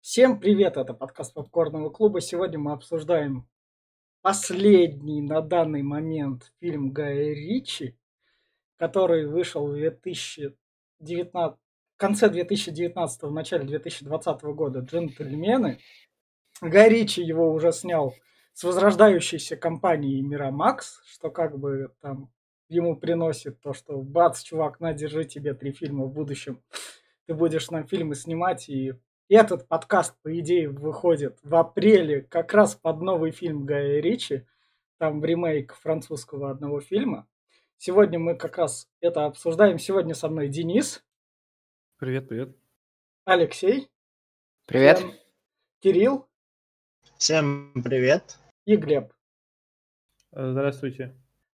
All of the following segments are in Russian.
Всем привет, это подкаст Попкорного клуба. Сегодня мы обсуждаем последний на данный момент фильм Гая Ричи, который вышел в 2019, в конце 2019, в начале 2020 года «Джентльмены». Гай Ричи его уже снял с возрождающейся компанией Miramax, что как бы там ему приносит то, что бац, чувак, на, держи тебе 3 фильма в будущем. Ты будешь нам фильмы снимать, и этот подкаст, по идее, выходит в апреле как раз под новый фильм Гая Ричи, там ремейк французского одного фильма. Сегодня мы как раз это обсуждаем. Сегодня со мной Денис. Привет, привет. Алексей. Привет. Кирилл. Всем привет. И Глеб. Здравствуйте.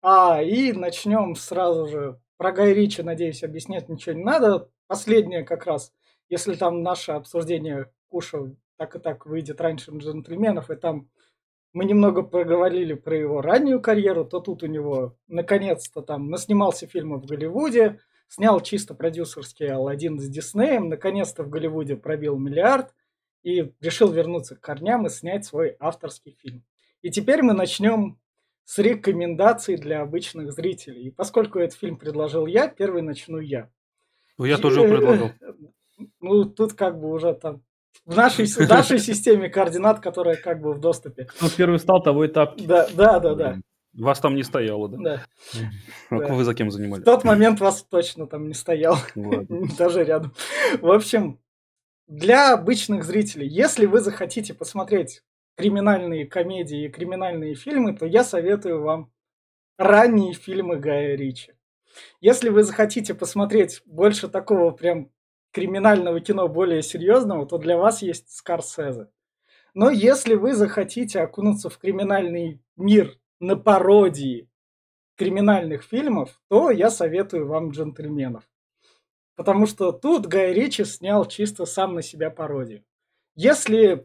И начнем сразу же. Про Гая Ричи, надеюсь, объяснять ничего не надо. Последнее как раз, если там наше обсуждение Куша так и так выйдет раньше «Джентльменов», и там мы немного проговорили про его раннюю карьеру, то тут у него наконец-то там наснимался фильмы в Голливуде, снял чисто продюсерский «Аладдин» с Диснеем, наконец-то в Голливуде пробил $1 миллиард и решил вернуться к корням и снять свой авторский фильм. И теперь мы начнем с рекомендаций для обычных зрителей. И поскольку этот фильм предложил я, первый начну я. Я тоже его предлагал. Ну, тут как бы уже там в нашей системе координат, которая как бы в доступе. Кто первый стал, того и тапки. Да. Вас там не стояло, да? Да. А вы за кем занимались? В тот момент вас точно там не стоял. Даже рядом. В общем, для обычных зрителей, если вы захотите посмотреть криминальные комедии и криминальные фильмы, то я советую вам ранние фильмы Гая Ричи. Если вы захотите посмотреть больше такого прям криминального кино, более серьезного, то для вас есть Скорсезе. Но если вы захотите окунуться в криминальный мир на пародии криминальных фильмов, то я советую вам «Джентльменов». Потому что тут Гай Ричи снял чисто сам на себя пародию. Если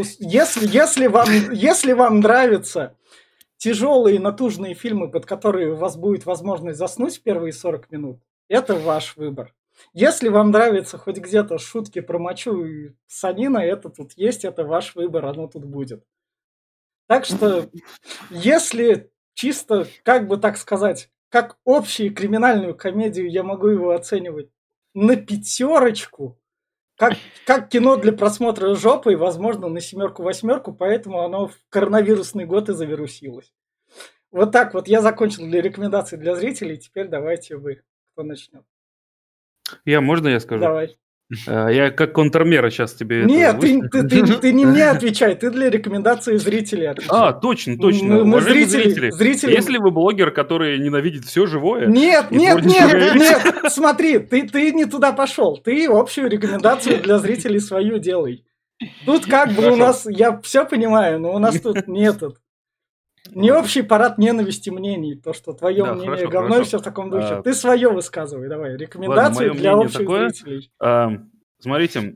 вам нравятся тяжелые натужные фильмы, под которые у вас будет возможность заснуть в первые 40 минут, это ваш выбор. Если вам нравится хоть где-то шутки про мочу и санина, это тут есть, это ваш выбор, оно тут будет. Так что, если чисто, как бы так сказать, как общую криминальную комедию, я могу его оценивать на 5, как кино для просмотра жопой, возможно, на 7-8, поэтому оно в коронавирусный год и завирусилось. Вот так вот я закончил для рекомендаций для зрителей, теперь давайте вы, кто начнет. Можно я скажу? Давай. Я как контрмера сейчас тебе... Нет, ты не мне отвечай, ты для рекомендаций зрителей отвечай. Точно. Мы зрители. Если вы блогер, который ненавидит все живое... Нет, смотри, ты не туда пошел. Ты общую рекомендацию для зрителей свою делай. Тут как бы у нас, я все понимаю, но у нас тут нет. Не общий парад ненависти мнений, то, что твое мнение говно и все в таком духе. Ты свое высказывай, давай. Рекомендации для общих зрителей. Смотрите,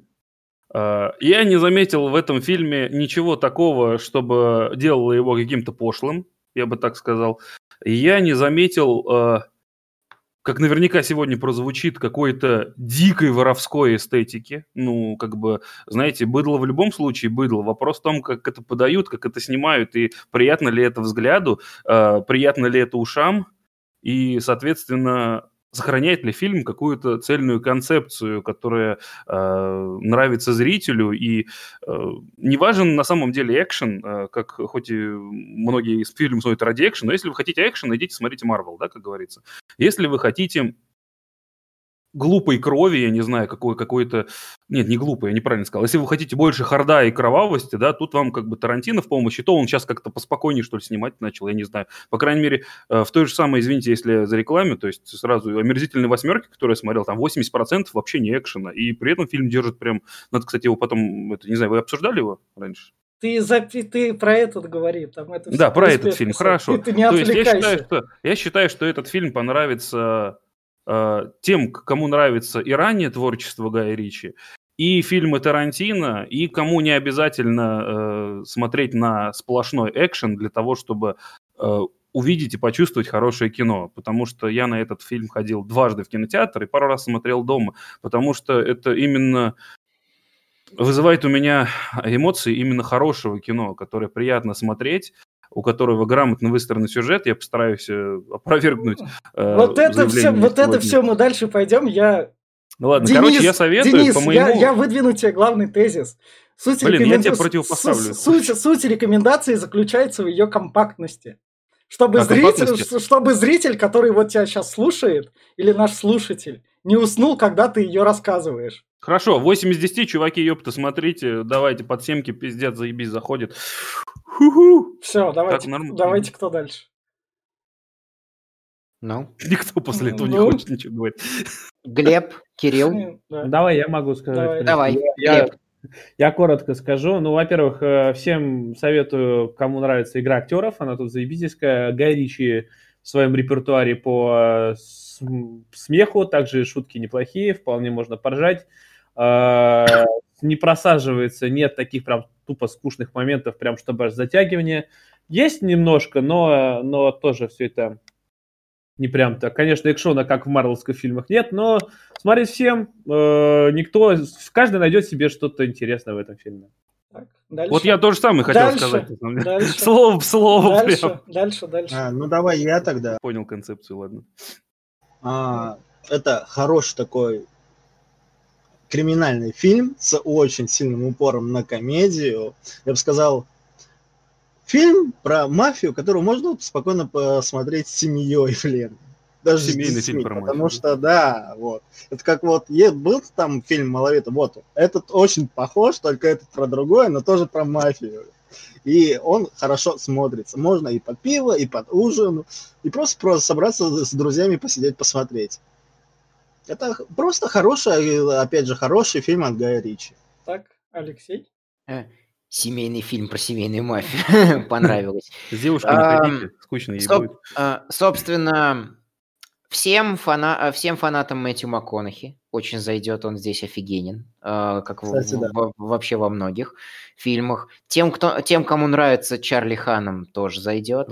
я не заметил в этом фильме ничего такого, чтобы делало его каким-то пошлым, я бы так сказал. Я не заметил, как наверняка сегодня прозвучит, какой-то дикой воровской эстетики. Ну, как бы, знаете, быдло в любом случае быдло. Вопрос в том, как это подают, как это снимают, и приятно ли это взгляду, приятно ли это ушам, и, соответственно, сохраняет ли фильм какую-то цельную концепцию, которая нравится зрителю, и не важен на самом деле экшен, как хоть и многие из фильмов смотрят ради экшена, но если вы хотите экшен, идите смотрите Marvel, да, как говорится. Если вы хотите глупой крови, я не знаю, какой-то... Нет, не глупой, я неправильно сказал. Если вы хотите больше харда и кровавости, да, тут вам как бы Тарантино в помощь, и то он сейчас как-то поспокойнее, что ли, снимать начал, я не знаю. По крайней мере, в той же самой, извините, если за рекламу, то есть сразу «Омерзительные восьмерки», которые я смотрел, там 80% вообще не экшена, и при этом фильм держит прям... Надо, кстати, его потом... не знаю, вы обсуждали его раньше? Ты про этот говори. Там это да, про этот фильм, хорошо. Ты не отвлекайся. Я считаю, что этот фильм понравится... тем, кому нравится и раннее творчество Гая Ричи, и фильмы Тарантино, и кому не обязательно смотреть на сплошной экшен для того, чтобы увидеть и почувствовать хорошее кино. Потому что я на этот фильм ходил дважды в кинотеатр и пару раз смотрел дома. Потому что это именно вызывает у меня эмоции именно хорошего кино, которое приятно смотреть, у которого грамотно выстроенный сюжет. Я постараюсь опровергнуть Вот это заявление все мы дальше пойдем. Ну ладно, короче, я советую Денис, по моему... я выдвину тебе главный тезис. Блин, я тебе противопоставлю. Суть рекомендации заключается в ее компактности. Чтобы зритель, который вот тебя сейчас слушает, или наш слушатель, не уснул, когда ты ее рассказываешь. Хорошо, 8 из 10, чуваки, ёпта, смотрите, давайте под семки, пиздец, заебись, заходит. Ху-ху. Все, давайте кто дальше? Ну? Никто после этого не хочет ничего говорить. Глеб, Кирилл. Давай, я могу сказать. Давай, Глеб. Я коротко скажу. Ну, во-первых, всем советую, кому нравится игра актеров, она тут заебительская. Гай Ричи в своем репертуаре по смеху, также шутки неплохие, вполне можно поржать. Не просаживается, нет таких прям тупо скучных моментов, прям чтобы аж затягивание. Есть немножко, но тоже все это не прям так. Конечно, экшона, как в марвелских фильмах, нет, но смотреть всем, каждый найдет себе что-то интересное в этом фильме. Так, вот я то же самое хотел сказать. Дальше. Слово в слово. Дальше. Ну, давай я тогда. Понял концепцию, ладно. Это хороший такой криминальный фильм с очень сильным упором на комедию. Я бы сказал, фильм про мафию, который можно спокойно посмотреть с семьей, блин. Даже семейный с детьми, фильм про мафию. Потому что, да, вот. Это как вот, был там фильм «Малавита», вот, этот очень похож, только этот про другое, но тоже про мафию. И он хорошо смотрится. Можно и под пиво, и под ужин, и просто собраться с друзьями, посидеть, посмотреть. Это просто хороший, опять же, хороший фильм от Гая Ричи. Так, Алексей? Семейный фильм про семейную мафию. Понравилось. С девушкой не ходите, скучно ей будет. Собственно, всем фанатам Мэтью МакКонахи очень зайдет, он здесь офигенен, как вообще во многих фильмах. Тем, кому нравится Чарли Ханнам, тоже зайдет.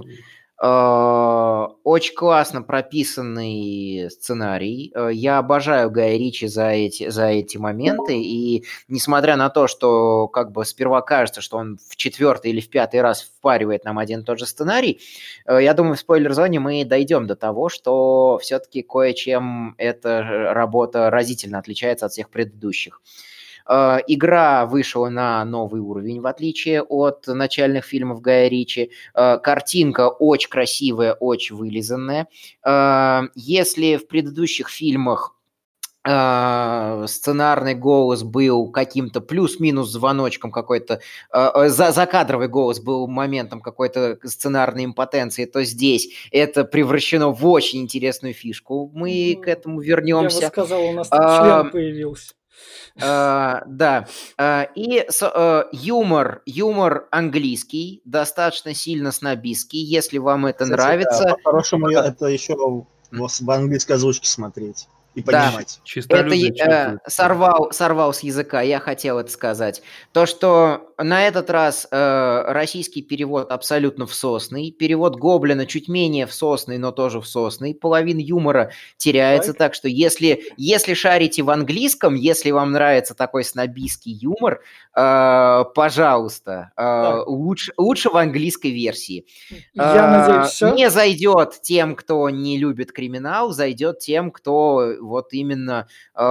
Очень классно прописанный сценарий. Я обожаю Гая Ричи за эти моменты, и несмотря на то, что как бы сперва кажется, что он в 4-й или в 5-й раз впаривает нам один и тот же сценарий, я думаю, в спойлер-зоне мы дойдем до того, что все-таки кое-чем эта работа разительно отличается от всех предыдущих. Игра вышла на новый уровень, в отличие от начальных фильмов Гая Ричи. Картинка очень красивая, очень вылизанная. Если в предыдущих фильмах сценарный голос был каким-то плюс-минус звоночком какой-то, закадровый голос был моментом какой-то сценарной импотенции, то здесь это превращено в очень интересную фишку. Мы к этому вернемся. Я бы сказал, у нас тут член появился. Да. И юмор английский, достаточно сильно снобистский, если вам это нравится. Да, по-хорошему, это еще в английской озвучке смотреть и понимать. Это сорвал с языка, я хотел это сказать. То, что на этот раз российский перевод абсолютно всосный, перевод Гоблина чуть менее всосный, но тоже всосный, половина юмора теряется, так что если шарите в английском, если вам нравится такой снобистский юмор, пожалуйста, лучше в английской версии. Я надеюсь, все. Не зайдет тем, кто не любит криминал, зайдет тем, кто вот именно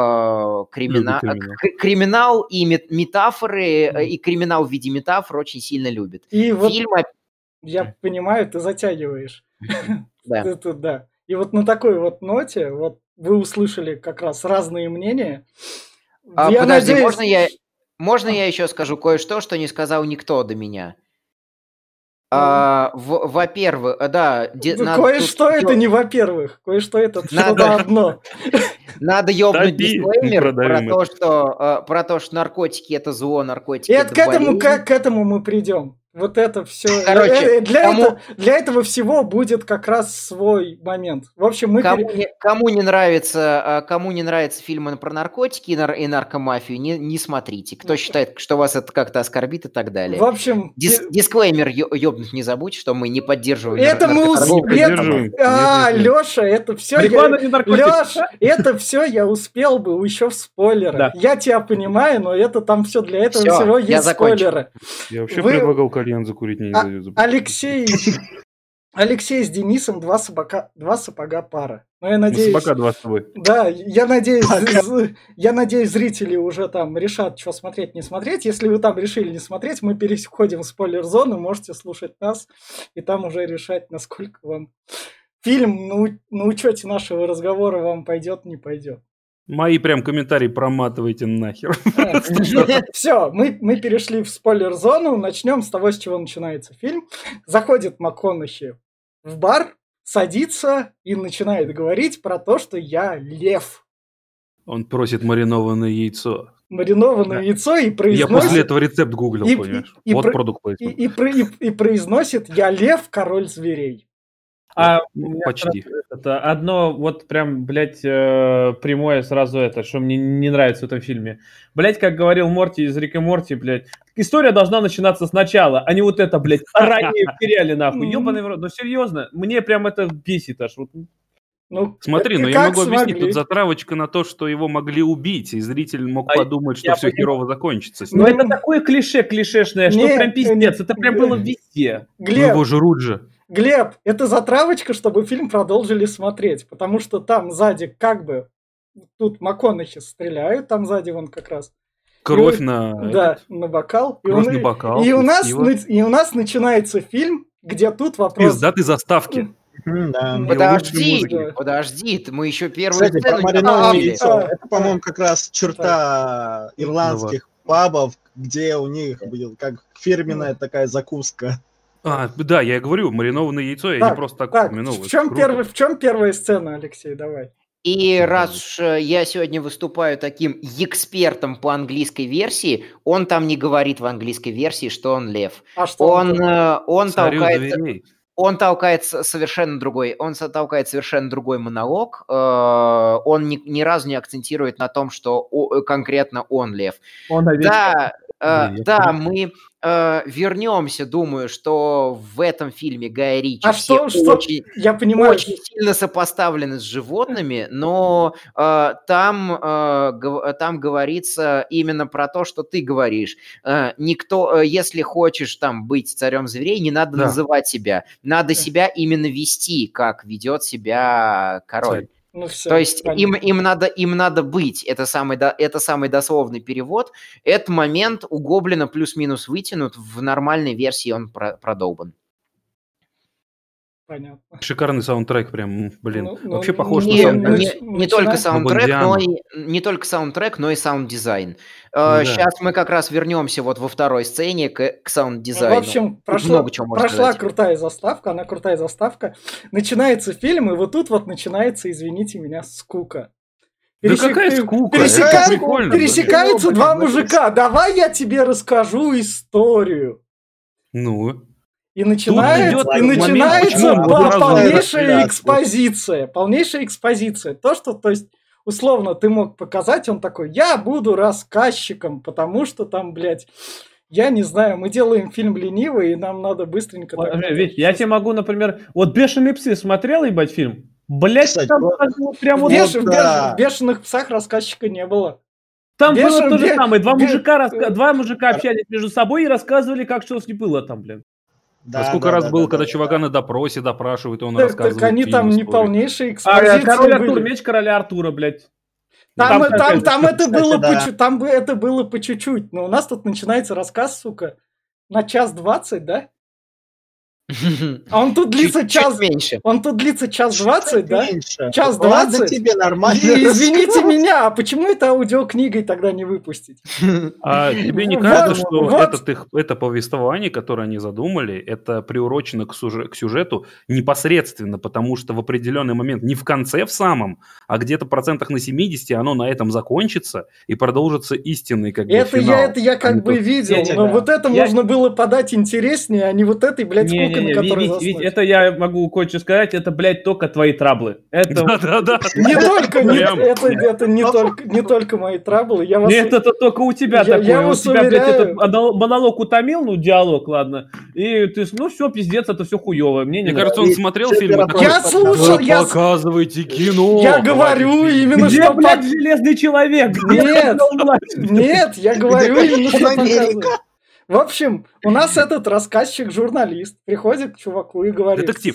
криминал и метафоры, и криминал в виде метафор очень сильно любит. И вот, я понимаю, ты затягиваешь. Да. И вот на такой вот ноте вот вы услышали как раз разные мнения. Подожди, можно я еще скажу кое-что, что не сказал никто до меня? Во-первых, да... Кое-что это не во-первых, кое-что это что-то одно. Надо ёбнуть дисклеймер про то, что наркотики это зло, наркотики это болезнь. К этому мы придем. Вот это все. Короче, Для этого всего будет как раз свой момент. В общем, кому не нравятся фильмы про наркотики и наркомафию, не смотрите. Кто считает, что вас это как-то оскорбит и так далее. В общем... Дисклеймер ёбнуть не забудь, что мы не поддерживаем это мы поддерживаем. Леша, это все... Леша, это все я успел бы еще в спойлеры. Да. Я тебя понимаю, но это там все для этого всего есть спойлеры. Я вообще предлагал кальян закурить, мне не дают. Алексей с Денисом два сапога пара. Но я надеюсь... Сапога два с тобой. Да, я надеюсь, зрители уже там решат, что смотреть, не смотреть. Если вы там решили не смотреть, мы переходим в спойлер-зону, можете слушать нас, и там уже решать, насколько вам фильм на учете нашего разговора вам пойдет, не пойдет. Мои прям комментарии проматывайте нахер. Все, мы перешли в спойлер-зону. Начнем с того, с чего начинается фильм. Заходит МакКонахи в бар, садится и начинает говорить про то, что я лев. Он просит маринованное яйцо. Маринованное яйцо и произносит... Я после этого рецепт гуглил, понимаешь? Вот продукт плейсмент. И произносит «Я лев, король зверей». Почти. Это одно вот прям, блядь, прямое сразу это, что мне не нравится в этом фильме. Блядь, как говорил Морти из Рика и Морти, блядь, история должна начинаться сначала, а не вот это, блядь, ранее в сериале, нахуй. Ёбаный в рот, ну серьезно, мне прям это бесит аж. Смотри, но я могу объяснить, тут затравочка на то, что его могли убить, и зритель мог подумать, что все херово закончится. Ну это такое клишешное, что прям пиздец, это прям было везде. Его жрут же. Глеб, это затравочка, чтобы фильм продолжили смотреть, потому что там сзади как бы, тут МакКонахи стреляют, там сзади вон как раз. Кровь на бокал. Кровь на бокал. И у нас начинается фильм, где тут вопрос... Пиздатый заставки. Подожди, мы еще первую сцену не видели. Это, по-моему, как раз черта ирландских пабов, где у них как фирменная такая закуска. Да, я говорю, маринованное яйцо, я не просто так упомянул. В чем первая сцена, Алексей, давай? И раз уж я сегодня выступаю таким экспертом по английской версии, он там не говорит в английской версии, что он лев. А что он толкает совершенно другой монолог. Он ни разу не акцентирует на том, что конкретно он лев. Да, мы вернемся, думаю, что в этом фильме Гая Ричи очень сильно сопоставлены с животными, но там говорится именно про то, что ты говоришь. Никто, если хочешь там быть царем зверей, не надо называть себя. Надо себя именно вести, как ведет себя король. То есть им надо быть. Это самый дословный перевод. Этот момент у Гоблина плюс-минус вытянут. В нормальной версии он продолбан. Понятно. Шикарный саундтрек прям, блин. Вообще похож на саундтрек. Не только саундтрек, но и саунд-дизайн. Сейчас мы как раз вернемся вот во второй сцене к саунд-дизайну. В общем, прошла крутая заставка, начинается фильм, и вот тут вот начинается, извините меня, скука. Какая скука? Пересекаются два мужика. Давай я тебе расскажу историю. И начинается полнейшая экспозиция. То, что, то есть, условно, ты мог показать, он такой, я буду рассказчиком, потому что там, блядь, я не знаю, мы делаем фильм ленивый, и нам надо быстренько... Ведь я тебе могу, например, вот «Бешеные псы» смотрел, ебать, фильм? Блядь, там прям вот... В «Бешеных псах» рассказчика не было. Там было то же самое, два мужика общались между собой и рассказывали, как что с ним было там, блин. Сколько раз было, когда чувака на допросе допрашивают, и он рассказывает. Так они там не полнейшие экспозиции Король Артур, меч короля Артура, блядь. Там это было по чуть-чуть, но у нас тут начинается рассказ, сука, на 1:20, да? А он тут длится Чуть час... меньше. Он тут длится час 20, да? Меньше. Час Ладно 20? тебе нормально. Извините рассказывать. меня, а почему это аудиокнигой тогда не выпустить? А тебе не Вот, кажется, что вот. это повествование, которое они задумали, это приурочено к сюжету непосредственно, потому что в определенный момент, не в конце в самом, а где-то процентах на 70 оно на этом закончится и продолжится истинный как бы финал. Это я а как не бы тот. видел, Не-не, но да. вот это Я- можно было подать интереснее, а не вот этой, блядь, скукой, на Не-не-не, которой Вить, заснуть. это я могу кое-что сказать, это, блядь, только твои траблы. Это Да-да-да. Не только, Прям. это не только мои траблы. Я вас... Нет, это только у тебя Я такое. У вас тебя, блядь, уверяю. этот монолог утомил, ну, диалог, ладно. И ты, ну, все, пиздец, это все хуево. Мне не Мне кажется, нравится. он смотрел Все фильм и такой, Я слушал, «Да показывайте кино. я говорю именно, Где, что... блядь, Железный человек? Где Нет. Влад? Нет, я говорю Где именно, что Капитан Америка? показываю. В общем, у нас этот рассказчик-журналист приходит к чуваку и говорит... Детектив.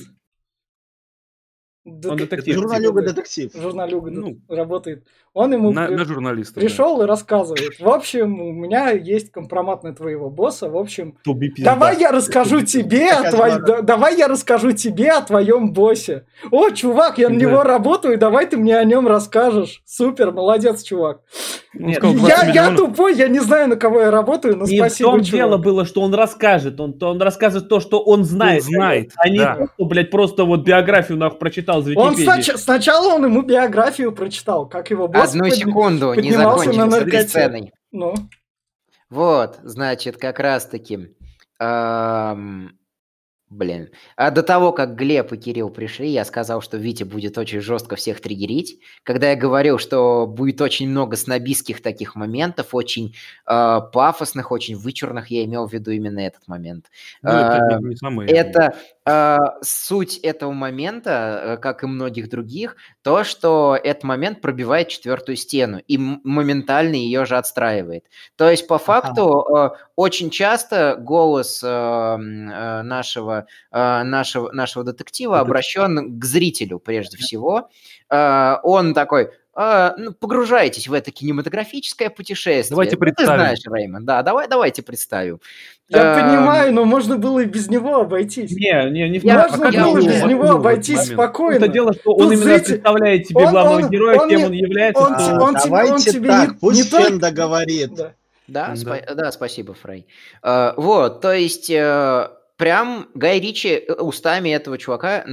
Он детектив. Журналюга-детектив. Журналюга Ну, работает. Он ему на журналиста. пришел и рассказывает. В общем, у меня есть компромат на твоего босса. В общем, Туби пизда. давай я расскажу тебе о давай я расскажу тебе о твоем боссе. О, чувак, я на него работаю, давай ты мне о нем расскажешь. Супер, молодец, чувак. Он сказал 20 Я миллионов. тупой, я не знаю, на кого я работаю, но И в спасибо, том чувак. дело было, что он расскажет. Он расскажет то, что он знает. Он знает, А не да. то, что, блядь, просто вот биографию нахуй прочитал из Он Википедии. сначала он ему биографию прочитал, как его босс Одну секунду, не поднимался на закончим с этой наркоте. сценой. Ну, Вот, значит, как раз-таки... Блин. А до того, как Глеб и Кирилл пришли, я сказал, что Витя будет очень жестко всех триггерить. Когда я говорил, что будет очень много снобистских таких моментов, очень пафосных, очень вычурных, я имел в виду именно этот момент. Ну, это не самое. Это суть этого момента, как и многих других, то, что этот момент пробивает четвертую стену и моментально ее же отстраивает. То есть, по факту, очень часто голос нашего детектива обращен к зрителю, прежде всего. Он такой... погружайтесь в это кинематографическое путешествие. Давайте Ну, представим. ты знаешь, Реймонд, да, давайте представим. я понимаю, но можно было и без него обойтись. Не Можно я было уже без него могу в обойтись этот момент. спокойно. Это дело, что Тут он именно зритель- представляет тебе он- главного он- героя, он кем не- он является. он что- тебе- он Давайте тебе так, не пусть только- Фен договорит. Да. Да, спасибо, Фрей. Вот, то есть прям Гай Ричи устами этого чувака,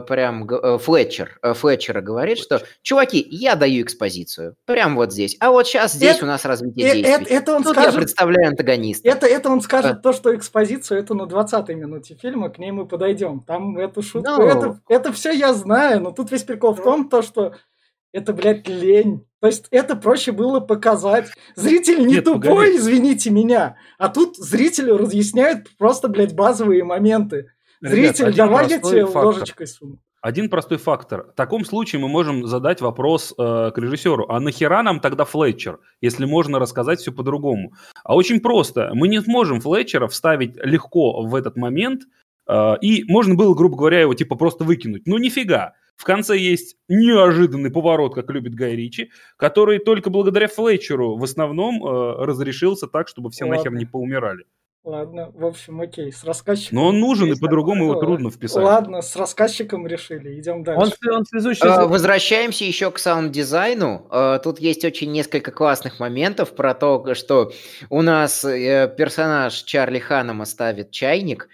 Флетчера говорит, что, чуваки, я даю экспозицию, прям вот здесь, а вот сейчас здесь у нас развитие действий. Это он Тут я скажет, представляю антагониста. это он скажет то, что экспозицию это на 20-й минуте фильма, к ней мы подойдем. Там эту шутку, это все я знаю, но тут весь прикол в том, то, что это, блядь, лень. То есть это проще было показать. Зритель не Нет, тупой, погоди. извините меня, а тут зрителю разъясняют просто, блядь, базовые моменты. Ребят, Зритель, один давай я простой тебе фактор. ложечкой суну. Один простой фактор. В таком случае мы можем задать вопрос к режиссеру. А нахера нам тогда Флетчер, если можно рассказать все по-другому? А очень просто. Мы не сможем Флетчера вставить легко в этот момент, и можно было, грубо говоря, его типа просто выкинуть. Ну нифига. В конце есть неожиданный поворот, как любит Гай Ричи, который только благодаря Флетчеру в основном разрешился так, чтобы все Ладно. нахер не поумирали. Ладно, в общем, окей, с рассказчиком... Но он нужен, и есть по-другому его такое. трудно вписать. Ладно, с рассказчиком решили, идем дальше. Он связующий... Возвращаемся еще к саунд-дизайну. Тут есть очень несколько классных моментов про то, что у нас персонаж Чарли Ханнема ставит чайник,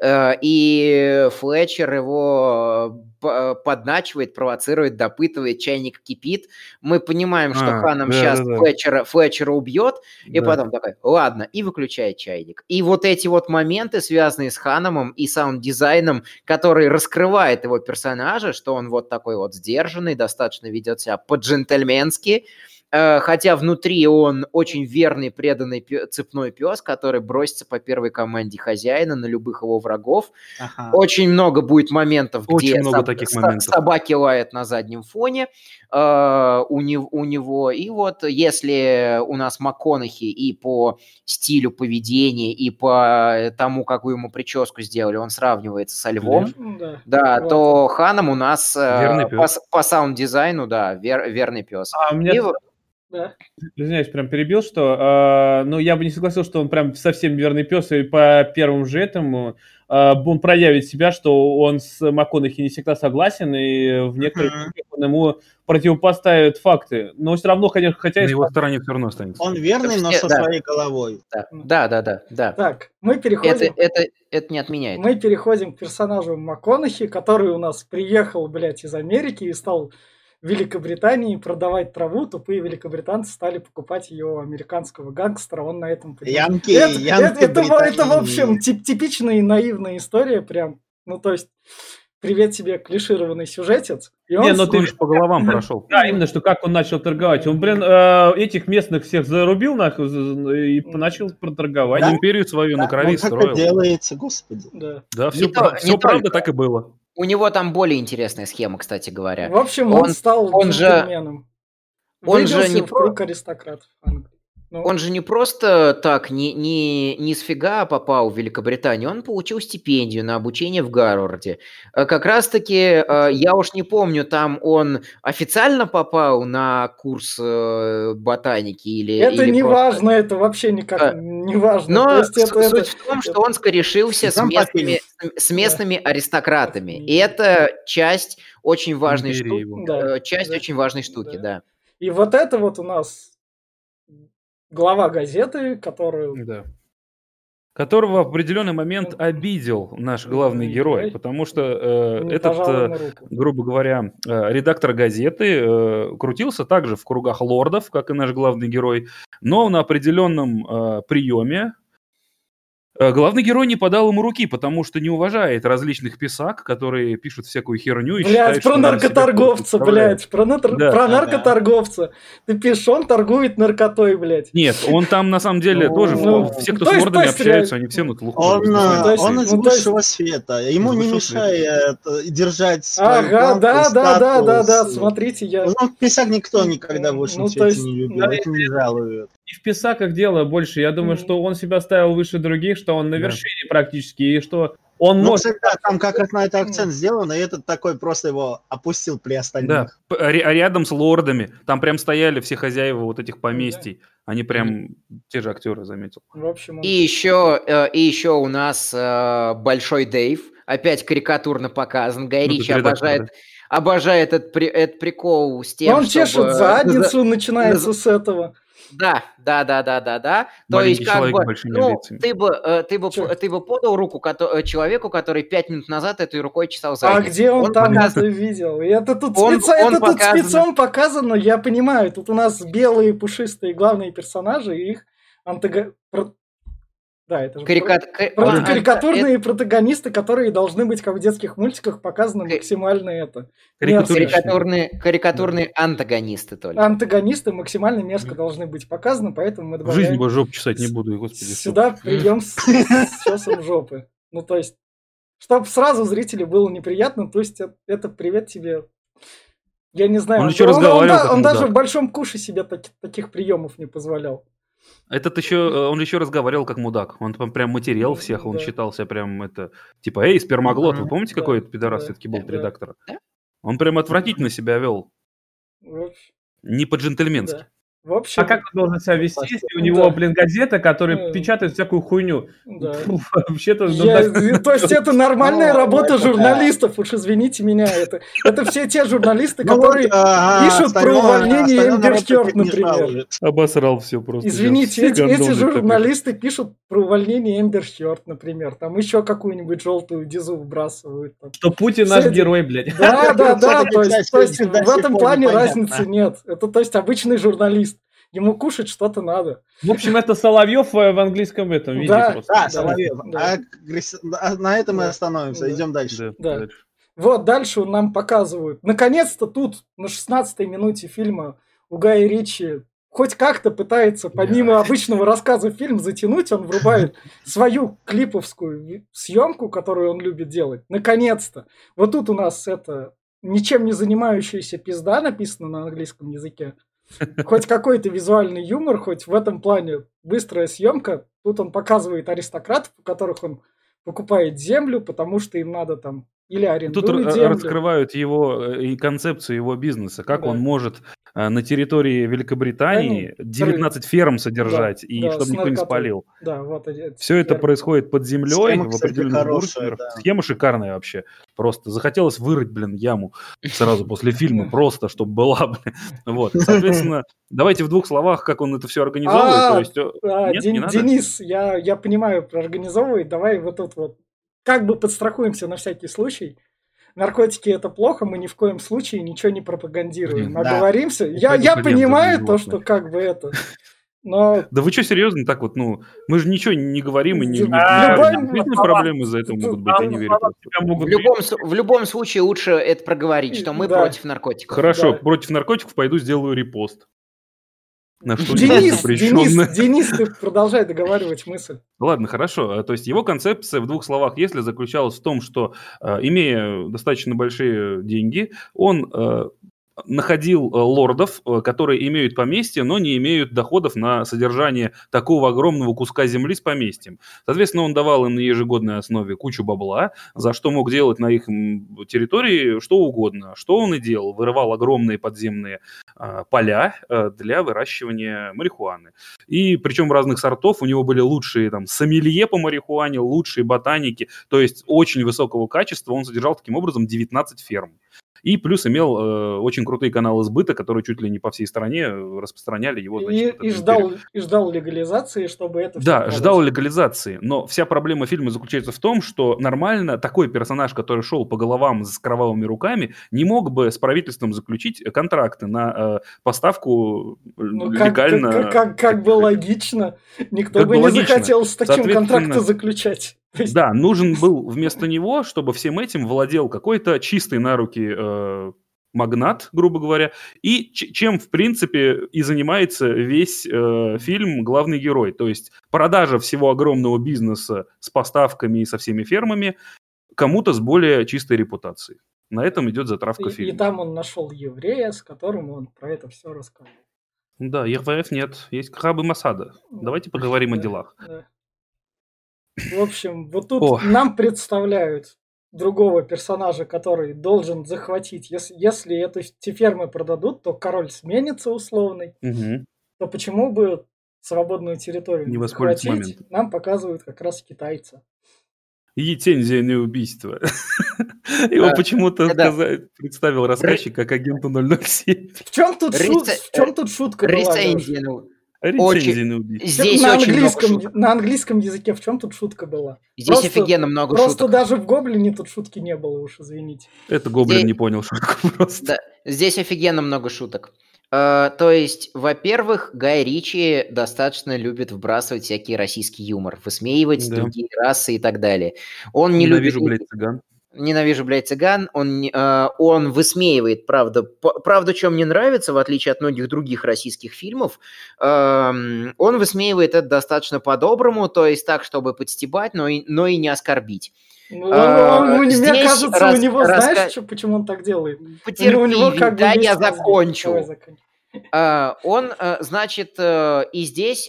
и Флетчер его подначивает, провоцирует, допытывает, чайник кипит. Мы понимаем, что Ханнем сейчас Флетчера убьет, и потом такой, ладно, и выключает чайник. И вот эти вот моменты, связанные с Ханнемом и саунд-дизайном, который раскрывает его персонажа, что он вот такой вот сдержанный, достаточно ведет себя по-джентльменски, хотя внутри он очень верный, преданный цепной пес, который бросится по первой команде хозяина на любых его врагов. Очень много будет моментов, где собаки лают на заднем фоне у него. И вот если у нас МакКонахи и по стилю поведения, и по тому, какую ему прическу сделали, он сравнивается со львом, да, то Ханнем у нас по саунд-дизайну, да, верный пес. Да. Извиняюсь, прям перебил, что, ну, я бы не согласился, что он прям совсем верный пес, и по первому же этому он проявит себя, что он с МакКонахи не всегда согласен, и в некоторых случаях он ему противопоставит факты. Но все равно, хотя На и его стороне все равно останется. Он верный, но со своей головой. Да. Так, мы переходим... Это не отменяет. Мы переходим к персонажу МакКонахи, который у нас приехал, блядь, из Америки и стал в Великобритании продавать траву. Тупые великобританцы стали покупать ее у американского гангстера. Он на этом поднимает. Янки, Это, в Британии. общем, типичная и наивная история прям. Ну, то есть, привет тебе, клишированный сюжетец. И Не, он но Ты же по головам прошел. Да, именно, что как он начал торговать. Он, блин, этих местных всех зарубил нахуй и начал торговать. Он империю свою на крови Ну, как это строил. делается, господи. Да. Да, Не все только. правда так и было. У него там более интересная схема, кстати говоря. В общем, он стал он же- джентльменом. он же Выбился не в круг аристократов Англии. Ну, Он же не просто так, ни с фига попал в Великобританию, он получил стипендию на обучение в Гарварде. Как раз-таки, я уж не помню, там он официально попал на курс ботаники это или не просто- важно, это вообще никак не важно. Но То есть это- суть в том, что он скорешился Там с местными аристократами. И это часть очень важной Империи штуки. его. Да. Часть Да. очень важной штуки, да. И вот это вот у нас глава газеты, которую... Да. Которого в определенный момент обидел наш главный герой, потому что не этот, пожал ему руку. грубо говоря, редактор газеты крутился также в кругах лордов, как и наш главный герой, но на определенном приеме главный герой не подал ему руки, потому что не уважает различных писак, которые пишут всякую херню и считают, Блядь, что про они себя наркоторговца, представляют. блядь, про Да. наркоторговца. Ты пишешь, он торгует наркотой, блядь. Нет, он там на самом деле тоже, Ну, все, кто то с есть, лордами то есть, общаются, они все на слуху. Он из ну, то есть- высшего света. Ему Из не высшего мешает держать свою Ага, планку, да, статус. смотрите, я... Ну, в писак никто никогда в высшем Ну, то свете есть, не любил, да, это не жалует. И в писаках дело больше. Я думаю, что он себя ставил выше других, что он на Да. вершине практически, и что он Ну, может... всегда там как раз на это акцент сделан, и этот такой просто его опустил при Да, остальных. а рядом с лордами, там прям стояли все хозяева вот этих поместий. Они прям, те же актеры, заметил. В общем, он... И еще у нас Большой Дэйв, опять карикатурно показан. Гай Ну, тут Ричи редактор, обожает этот прикол с тем, Он чтобы... чешет задницу, начинается с этого. Да. То Маленький есть, как человек бы, с большими ну, амбициями. ты бы подал руку человеку, который 5 минут назад этой рукой чесал А задницу. где он там показан- это видел? И это тут, Он это тут показано. спецом показано, я понимаю. Тут у нас белые пушистые главные персонажи, и их Да, это же карикатурные протагонисты, которые должны быть, как в детских мультиках, показаны максимально это. Карикатурные антагонисты только. Антагонисты максимально мерзко должны быть показаны, поэтому мы В жизни добавляем бы жопу чесать не буду, господи. сюда прием с чесом жопы. Ну, то есть, чтобы сразу зрителю было неприятно, то есть это привет тебе. Я не знаю, Он еще разговаривал как он даже мудак. в большом куше себе таких приемов не позволял. Этот еще, он еще разговаривал как мудак. Он там прям материал всех, он Да. считался прям это, типа, эй, спермоглот, вы помните, Да, какой это пидорас да, все-таки был да. редактора? Он прям отвратительно себя вел. Не по-джентльменски. Да. В общем, А как он должен себя вести, если у Да. него, блин, газета, которая Ну, печатает всякую хуйню? да. Фу, вообще-то... То есть это нормальная Ну, работа это да. журналистов, уж извините меня. Это все те журналисты, Ну которые вот, ага, пишут про остальное- увольнение остальное Эмбер народ Хёрд, так не например. жалует. Обосрал все просто. Извините, эти журналисты пишут про увольнение Эмбер Хёрд, например. Там еще какую-нибудь желтую дизу выбрасывают. Там. Что Путин наш Все эти- герой, блядь. Да, Кстати, то есть до в сих этом пор плане непонятно. разницы нет. Это, то есть, обычный журналист. Ему кушать что-то надо. В общем, это Соловьев в английском этом виде Да. просто. Да, Да, Соловьев. да. На этом мы Да. остановимся. Да. Идем дальше. Да. Вот, дальше нам показывают. Наконец-то тут, на 16-й минуте фильма, у Гая Ричи хоть как-то пытается, помимо обычного рассказа, фильм затянуть. Он врубает свою клиповскую съемку, которую он любит делать. Наконец-то. Вот тут у нас это ничем не занимающаяся пизда написано на английском языке. Хоть какой-то визуальный юмор, хоть в этом плане быстрая съемка. Тут он показывает аристократов, у которых он покупает землю, потому что им надо там или Тут арендуют землю. раскрывают его и концепцию его бизнеса, как Да. он может на территории Великобритании 19 ферм содержать, и чтобы никто не спалил. Да, вот все это происходит под землей, Схема, в кстати, определенных хорошая, бункерах. да. Схема шикарная вообще. Просто захотелось вырыть, яму сразу после фильма, просто, чтобы была, Вот. Соответственно, давайте в 2 словах, как он это все организовывает. То есть, нет, не надо? Денис, я понимаю, организовывает. Давай вот тут вот как бы подстрахуемся на всякий случай. Наркотики это плохо, мы ни в коем случае ничего не пропагандируем. Да. Оговоримся. Не Я пойду понимаю хлеб то, за что как бы это. Но Да вы что, серьезно так вот, мы же ничего не говорим и не любой- действительно проблемы из-за этого могут быть, я не верю. просто. В любом случае лучше это проговорить, что мы Да. против наркотиков. Хорошо, Да. против наркотиков пойду сделаю репост. На что-нибудь Денис, запрещенное. ты продолжай договаривать мысль. Ладно, хорошо. То есть его концепция в 2 словах, если заключалась в том, что, имея достаточно большие деньги, он находил лордов, которые имеют поместье, но не имеют доходов на содержание такого огромного куска земли с поместьем. Соответственно, он давал им на ежегодной основе кучу бабла, за что мог делать на их территории что угодно. Что он и делал. Вырывал огромные подземные поля для выращивания марихуаны. И причем разных сортов. У него были лучшие сомелье по марихуане, лучшие ботаники. То есть очень высокого качества. Он содержал таким образом 19 ферм. И плюс имел очень крутые каналы сбыта, которые чуть ли не по всей стране распространяли его. И ждал легализации, чтобы это все Да, ждал легализации. Но вся проблема фильма заключается в том, что нормально такой персонаж, который шел по головам с кровавыми руками, не мог бы с правительством заключить контракты на поставку легально. Как бы логично. Никто бы не захотел с таким контракты заключать. Да, нужен был вместо него, чтобы всем этим владел какой-то чистый на руки магнат, грубо говоря, и чем, в принципе, и занимается весь фильм главный герой. То есть продажа всего огромного бизнеса с поставками и со всеми фермами кому-то с более чистой репутацией. На этом идет затравка фильма. И там он нашел еврея, с которым он про это все рассказал. Да, евреев нет, есть Краб и Масада. Давайте поговорим о делах. Да. В общем, вот тут нам представляют другого персонажа, который должен захватить. Если эти фермы продадут, то король сменится условный. То почему бы свободную территорию не захватить? Нам показывают как раз китайца. Лицензия на убийство. Его почему-то представил рассказчик как агенту 007. В чем тут шутка была? Здесь на английском языке в чем тут шутка была? Здесь офигенно много шуток. Просто даже в Гоблине тут шутки не было, уж извините. Это Гоблин не понял шутку просто. Да, здесь офигенно много шуток. То есть, во-первых, Гай Ричи достаточно любит вбрасывать всякий российский юмор, высмеивать другие расы и так далее. Он не любит... Ненавижу, блядь, цыган. Он высмеивает, правда, что мне нравится, в отличие от многих других российских фильмов, он высмеивает это достаточно по-доброму, то есть так, чтобы подстебать, но и не оскорбить. Мне кажется, у него, знаешь, почему он так делает? Потерпи, я закончу. Он, значит, и здесь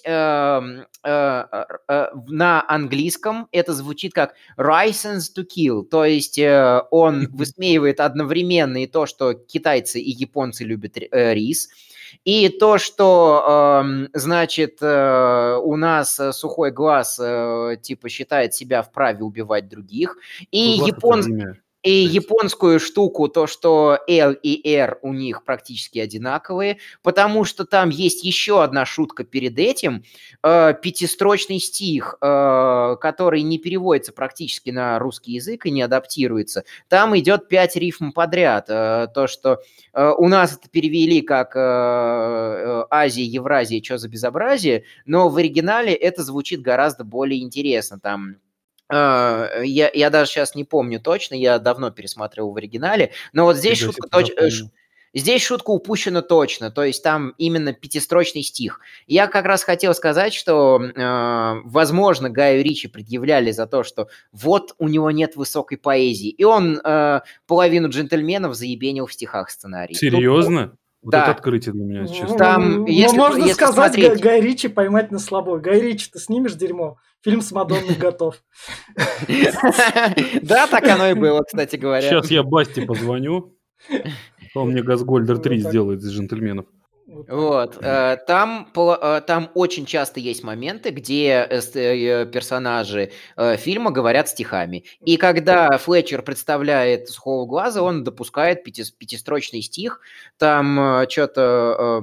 на английском это звучит как license to kill, то есть он высмеивает одновременно и то, что китайцы и японцы любят рис, и то, что, значит, у нас сухой глаз, типа, считает себя вправе убивать других, и японскую штуку, то, что L и R у них практически одинаковые, потому что там есть еще одна шутка перед этим, 5-строчный стих, который не переводится практически на русский язык и не адаптируется. Там идет 5 рифм подряд. То, что у нас это перевели как Азия, Евразия, что за безобразие, но в оригинале это звучит гораздо более интересно. Там я даже сейчас не помню точно, я давно пересматривал в оригинале, но вот здесь шутка упущена точно, то есть там именно 5-строчный стих. Я как раз хотел сказать, что, возможно, Гаю Ричи предъявляли за то, что вот у него нет высокой поэзии, и он половину джентльменов заебенил в стихах сценарий. Серьезно? Вот да. это открытие для меня, честно. Там, можно сказать, смотреть... Гай Ричи поймать на слабой. Гай Ричи, ты снимешь дерьмо? Фильм с Мадонной готов. Да, так оно и было, кстати говоря. Сейчас я Басте позвоню. Он мне Газгольдер 3 Вот так. сделает из джентльменов. Вот так. Вот. Там очень часто есть моменты, где персонажи фильма говорят стихами. И когда Флетчер представляет Сухого Глаза, он допускает пятистрочный стих. Там что-то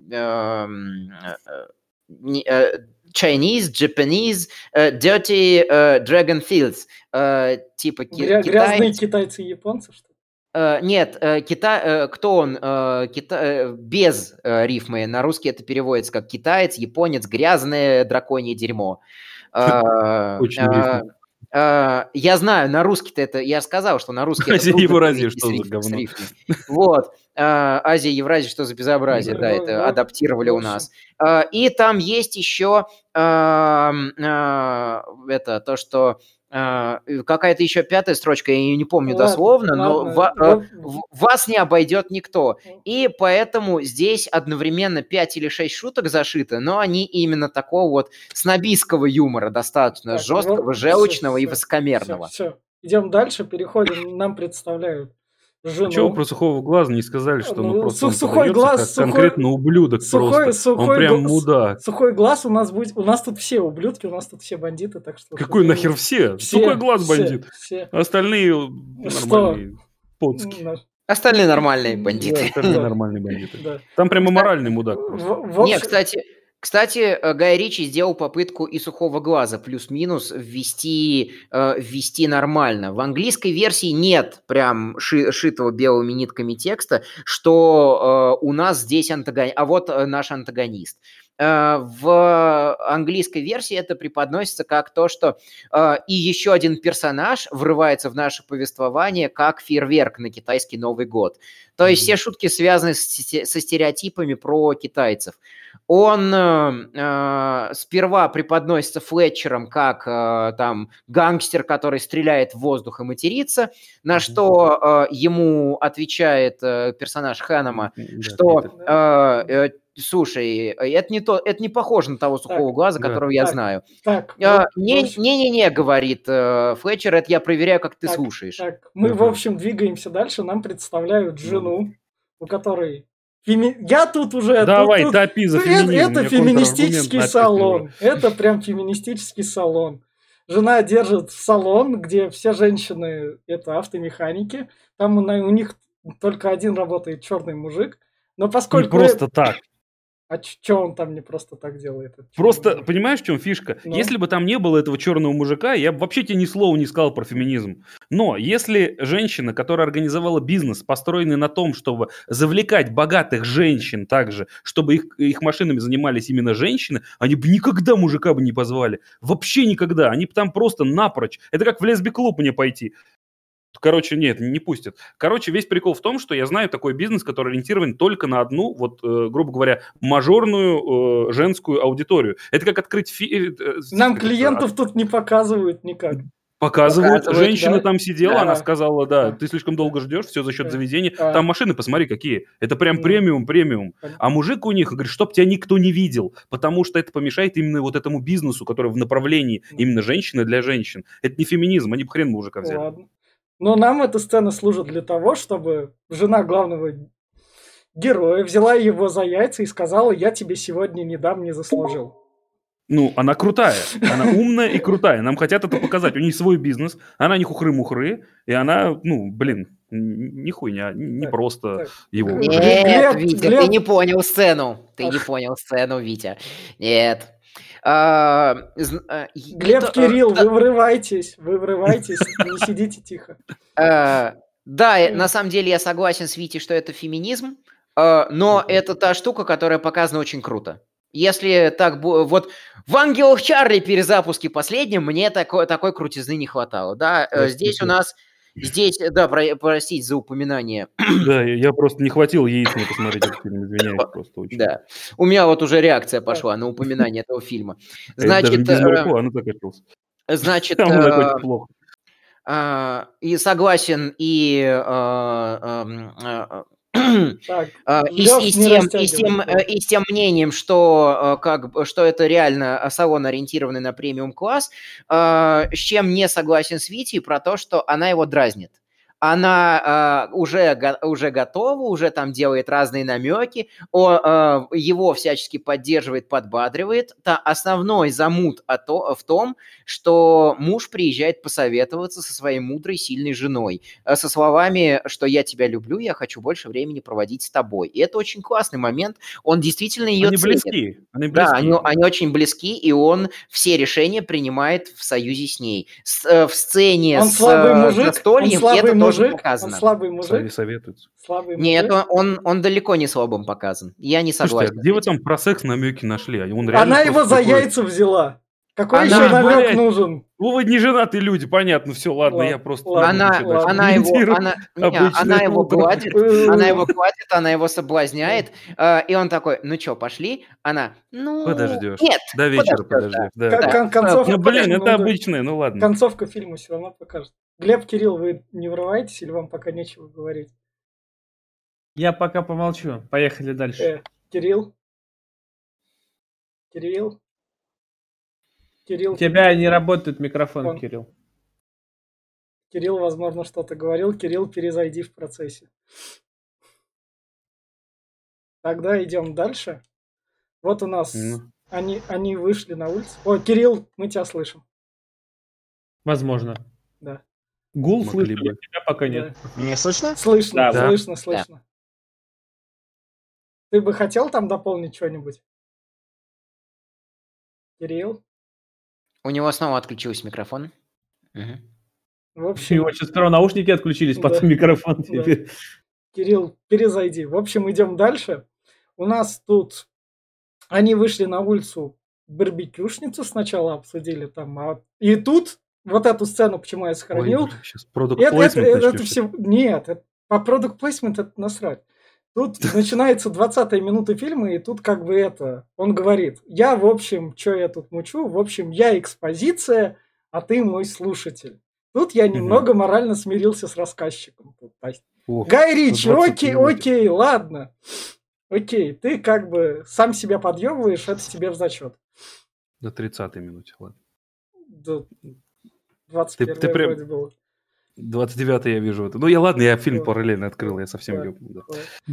Chinese, Japanese, dirty dragon fields. Типа Грязные китайцы и японцы, что ли? Нет, кто он? Без рифмы. На русский это переводится как китаец, японец, грязное драконье дерьмо. Очень рифма. Я знаю, на русский-то это... Я сказал, что на русский это Азия, трудно Евразия, перевести что за с говно? рифмой. Вот. Азия, Евразия, что за безобразие, да, это адаптировали в у общем. нас. И там есть еще это то, что какая-то еще пятая строчка, я ее не помню Ладно, дословно, но ладно. вас не обойдет никто. И поэтому здесь одновременно 5 или 6 шуток зашито, но они именно такого вот снобистского юмора, достаточно Так, жесткого, вот, желчного и всё, высокомерного. Все. Идем дальше, переходим. Нам представляют жену. Чего вы про Сухого Глаза не сказали, что Ну, просто он Сухой подается Глаз, как Сухой- конкретно ублюдок просто. Он прям мудак. Сухой Глаз у нас будет. У нас тут все ублюдки, у нас тут все бандиты, так что. Какой нахер все? Сухой Глаз бандит. Все. Остальные Что? нормальные поцки. Остальные нормальные бандиты. Да, остальные Да. нормальные бандиты. Да. Там прямо моральный мудак просто. Не, кстати, Гай Ричи сделал попытку и Сухого Глаза плюс-минус ввести нормально. В английской версии нет прям шитого белыми нитками текста, что у нас здесь антагонист, а вот наш антагонист. В английской версии это преподносится как то, что и еще один персонаж врывается в наше повествование как фейерверк на китайский Новый год. То есть все шутки связаны со стереотипами про китайцев. Он сперва преподносится Флетчером как там гангстер, который стреляет в воздух и матерится, на что ему отвечает персонаж Хэннема, что слушай, это не похоже на того Сухого Глаза, которого я знаю. Не, говорит Флетчер, это я проверяю, как ты слушаешь. Так, мы, в общем, двигаемся дальше. Нам представляют жену, у которой... Я тут уже... Давай, топи за феминизм. Это феминистический салон. Это прям феминистический салон. Жена держит салон, где все женщины это автомеханики. Там у них только один работает черный мужик. Но поскольку... Не просто так. А что он там не просто так делает? Просто, понимаешь, в чем фишка? Ну? Если бы там не было этого черного мужика, я бы вообще тебе ни слова не сказал про феминизм. Но если женщина, которая организовала бизнес, построенный на том, чтобы завлекать богатых женщин также, чтобы их машинами занимались именно женщины, они бы никогда мужика бы не позвали. Вообще никогда. Они бы там просто напрочь. Это как в лесби-клуб мне пойти. Короче, нет, не пустят. Короче, весь прикол в том, что я знаю такой бизнес, который ориентирован только на одну, вот, грубо говоря, мажорную женскую аудиторию. Это как открыть... Нам клиентов тут не показывают никак. Показывают. Женщина да? там сидела, Да. она сказала, да, ты слишком долго ждешь, все за счет заведения. Да. Там машины, посмотри, какие. Это прям премиум. А мужик у них говорит, чтоб тебя никто не видел, потому что это помешает именно вот этому бизнесу, который в направлении именно женщины для женщин. Это не феминизм, они бы хрен мужика взяли. Ладно. Но нам эта сцена служит для того, чтобы жена главного героя взяла его за яйца и сказала, я тебе сегодня не дам, не заслужил. Ну, она крутая, она умная и крутая. Нам хотят это показать. У нее свой бизнес, она не хухры-мухры, и она, не хуйня, не просто его. Нет, Витя, ты не понял сцену. Витя. Нет. Глеб, Кирилл, вы врывайтесь, не сидите тихо. Да, на самом деле я согласен с Витей, что это феминизм, но это та штука, которая показана очень круто. Если так, вот в «Ангелах Чарли» перезапуске последнем мне такой крутизны не хватало. Да, здесь у нас... да, простите за упоминание. Да, я просто не хватил яиц мне посмотреть этот фильм, извиняюсь просто очень. Да, у меня вот уже реакция пошла на упоминание этого фильма. Значит, Значит, плохо. И согласен, и с тем мнением, что это реально салон, ориентированный на премиум-класс, с чем не согласен с Витей про то, что она его дразнит. она уже готова, уже там делает разные намеки, его всячески поддерживает, подбадривает. Основной замут в том, что муж приезжает посоветоваться со своей мудрой, сильной женой, со словами, что я тебя люблю, я хочу больше времени проводить с тобой. И это очень классный момент, он действительно ее Они ценит. близки. Да, они очень близки, и он все решения принимает в союзе с ней. В сцене Он с слабый мужик, застольем он это слабый тоже мужик, он показано. слабый Они мужик, советуются. слабый Нет, мужик. он далеко не слабым показан. Я не Слушайте, согласен. а где с вы этим. там про секс намеки нашли? Он реально Она его просто за приходит. яйца взяла. Какой Она, еще намек блядь, нужен? Ну, вы не женатые люди, понятно, все, ладно, я просто... ладно, не буду ладно. дальше комментировать. она его Обычное гладит, она его соблазняет, и он такой, ну что, пошли? Она, ну, Подождешь. нет. До вечера подождешь, подождешь. Да. Концовка, Ну, блин, это да. обычное, ну ладно. Концовка фильма все равно покажет. Глеб, Кирилл, вы не врываетесь или вам пока нечего говорить? Я пока помолчу. Поехали дальше. Кирилл? Кирилл? У тебя не работает микрофон, Кирилл. Кирилл, возможно, что-то говорил. Кирилл, перезайди в процессе. Тогда идем дальше. Вот у нас они вышли на улицу. О, Кирилл, мы тебя слышим. Возможно. Да. Гул слышно, тебя пока нет. Мне слышно? Слышно, Да. слышно. Да. Ты бы хотел там дополнить что-нибудь? Кирилл? У него снова отключился микрофон. Угу. В общем, у него сейчас сперва наушники отключились, потом микрофон теперь. Да. Кирилл, перезайди. В общем, идем дальше. У нас тут они вышли на улицу, барбекюшницу сначала обсудили там, и тут вот эту сцену, почему я сохранил. Ой, сейчас продукт плейсмент это все. Нет, по продукт плейсмент это насрать. Тут начинается 20-я минута фильма, и тут как бы он говорит, я, в общем, что я тут мучу, в общем, я экспозиция, а ты мой слушатель. Тут я немного морально смирился с рассказчиком. Гай Ричи, окей, ладно. Окей, ты как бы сам себя подъебываешь, это тебе в зачет. До 30-й минуте, ладно. До 21-й вроде было. 29-й я вижу это. Ну, я фильм параллельно открыл, я совсем ёбну.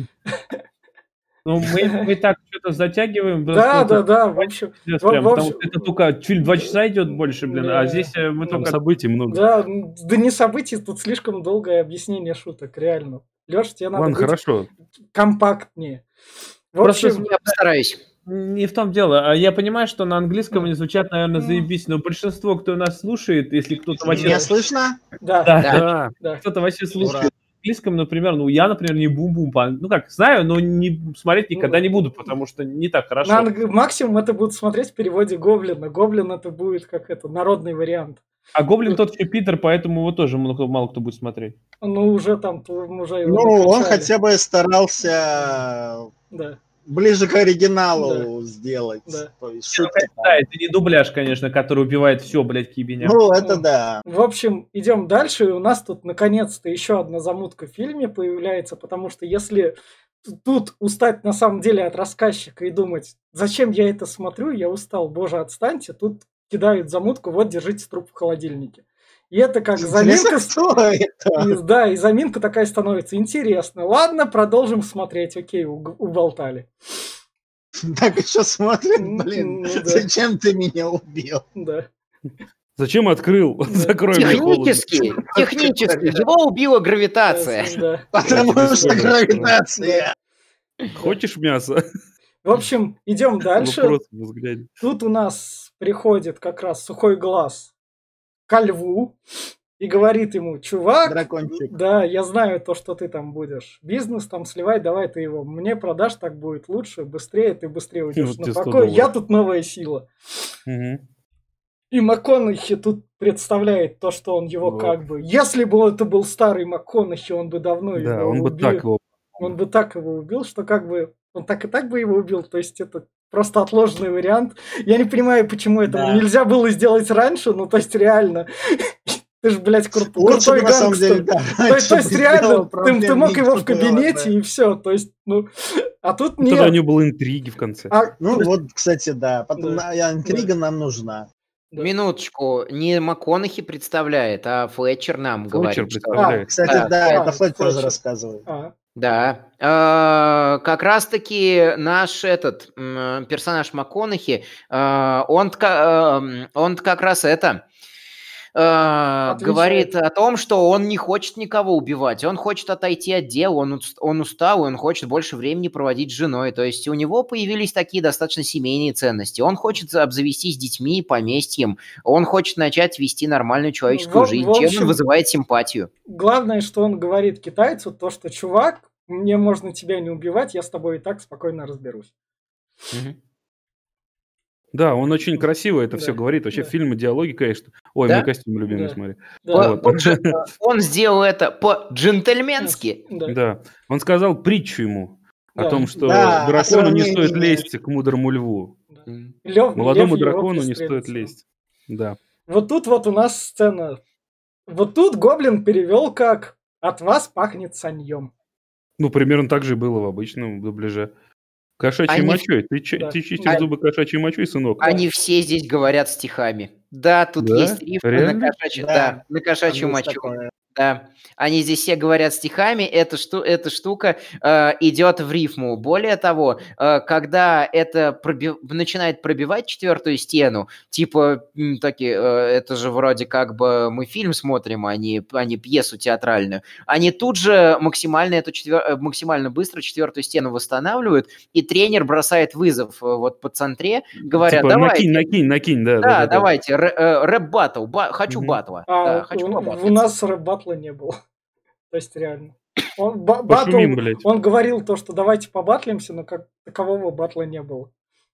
Ну, мы так что-то затягиваем. Да, в общем. Потому что это только чуть 2 часа идет больше, а здесь мы только... Событий много. Да не событий, тут слишком долгое объяснение шуток, реально. Лёш, тебе надо быть компактнее. В общем, я постараюсь. Не в том дело. Я понимаю, что на английском они звучат, наверное, заебись, но большинство, кто нас слушает, если кто-то вообще... Меня слышно? Да. Кто-то вообще слушает на английском, например, я, например, не бум-бум, знаю, но не смотреть никогда не буду, потому что не так хорошо. Максимум это будут смотреть в переводе Гоблина. Гоблин это будет как народный вариант. А Гоблин тот еще Питер, поэтому его тоже мало кто будет смотреть. Ну, уже там, уже его он хотя бы старался ближе к оригиналу сделать. Да. То есть, это не дубляж, конечно, который убивает все, блядь, кибеня. Ну, это да. В общем, идем дальше, и у нас тут наконец-то еще одна замутка в фильме появляется, потому что если тут устать на самом деле от рассказчика и думать, зачем я это смотрю, я устал, боже, отстаньте, тут кидают замутку, вот, держите труп в холодильнике. И это как заминка. И заминка такая становится. Интересно. Ладно, продолжим смотреть. Окей, уболтали. Так еще смотрим, блин. Зачем ты меня убил? Да. Зачем открыл? Закрой Технически. Его убила гравитация. Потому что гравитация. Хочешь мясо? В общем, идем дальше. Тут у нас приходит как раз Сухой Глаз ко льву и говорит ему, чувак, дракончик. Да, я знаю то, что ты там будешь. Бизнес там сливай, давай ты его мне продашь, так будет лучше, быстрее, ты быстрее уйдешь на покой. Я тут новая сила. И МакКонахи тут представляет то, что он его как бы... Если бы это был старый МакКонахи, он бы давно его убил. Он бы так его убил, что как бы... Он так и так бы его убил, то есть это просто отложенный вариант. Я не понимаю, почему это нельзя было сделать раньше, ну то есть реально... Ты же, блядь, крутой гангстер. То есть реально, ты мог его в кабинете и все, то есть, а тут нет. Тогда у него были интриги в конце. Вот, кстати, да, интрига нам нужна. Да. Минуточку, не МакКонахи представляет, а Флетчер нам Флетчер говорит, что... представляет. Кстати, Да, да, это Флетчер же Флетчер. рассказывает. Да, как раз-таки наш персонаж МакКонахи, он как раз говорит о том, что он не хочет никого убивать, он хочет отойти от дела, он устал, и он хочет больше времени проводить с женой. То есть у него появились такие достаточно семейные ценности. Он хочет обзавестись детьми, поместьем, он хочет начать вести нормальную человеческую жизнь, в чем общем, он вызывает симпатию. Главное, что он говорит китайцу, то, что, чувак, мне можно тебя не убивать, я с тобой и так спокойно разберусь. Да, он очень красиво это Да, все говорит. Вообще да. фильмы, диалоги, конечно. Ой, Да? мой костюм любимый, Да. смотри. Да. Вот. Он сделал это по-джентльменски. Да. Да. Он сказал притчу ему о Да. том, что Да, о дракону не стоит сравнении. лезть к мудрому льву. Да. М. Молодому Лев его дракону не пристрелит. стоит лезть. Да. Вот тут вот у нас сцена. Вот тут Гоблин перевел как «От вас пахнет саньем». Ну, примерно так же и было в обычном дубляже. Кошачьей Они- мочой. Ты Да. чистишь Да. зубы кошачьей мочой, сынок? Они все здесь говорят стихами. Да, тут Да? есть рифмы на Реально? кошачью, Да, да, на Там кошачью есть мочу. такое. Да, они здесь все говорят стихами, эта штука идет в рифму. Более того, когда это начинает пробивать четвертую стену, типа, это же вроде как бы мы фильм смотрим, а не пьесу театральную, они тут же максимально быстро четвертую стену восстанавливают, и тренер бросает вызов вот по центре, говоря, Типа давайте, накинь, да. да, давайте, рэп-баттл, хочу Мгм. батла, А да, хочу у побатлиться. нас рэп-батла не было. То есть реально. Батл, Пошумим, блядь. он говорил то, что давайте побатлимся, но как такового батла не было.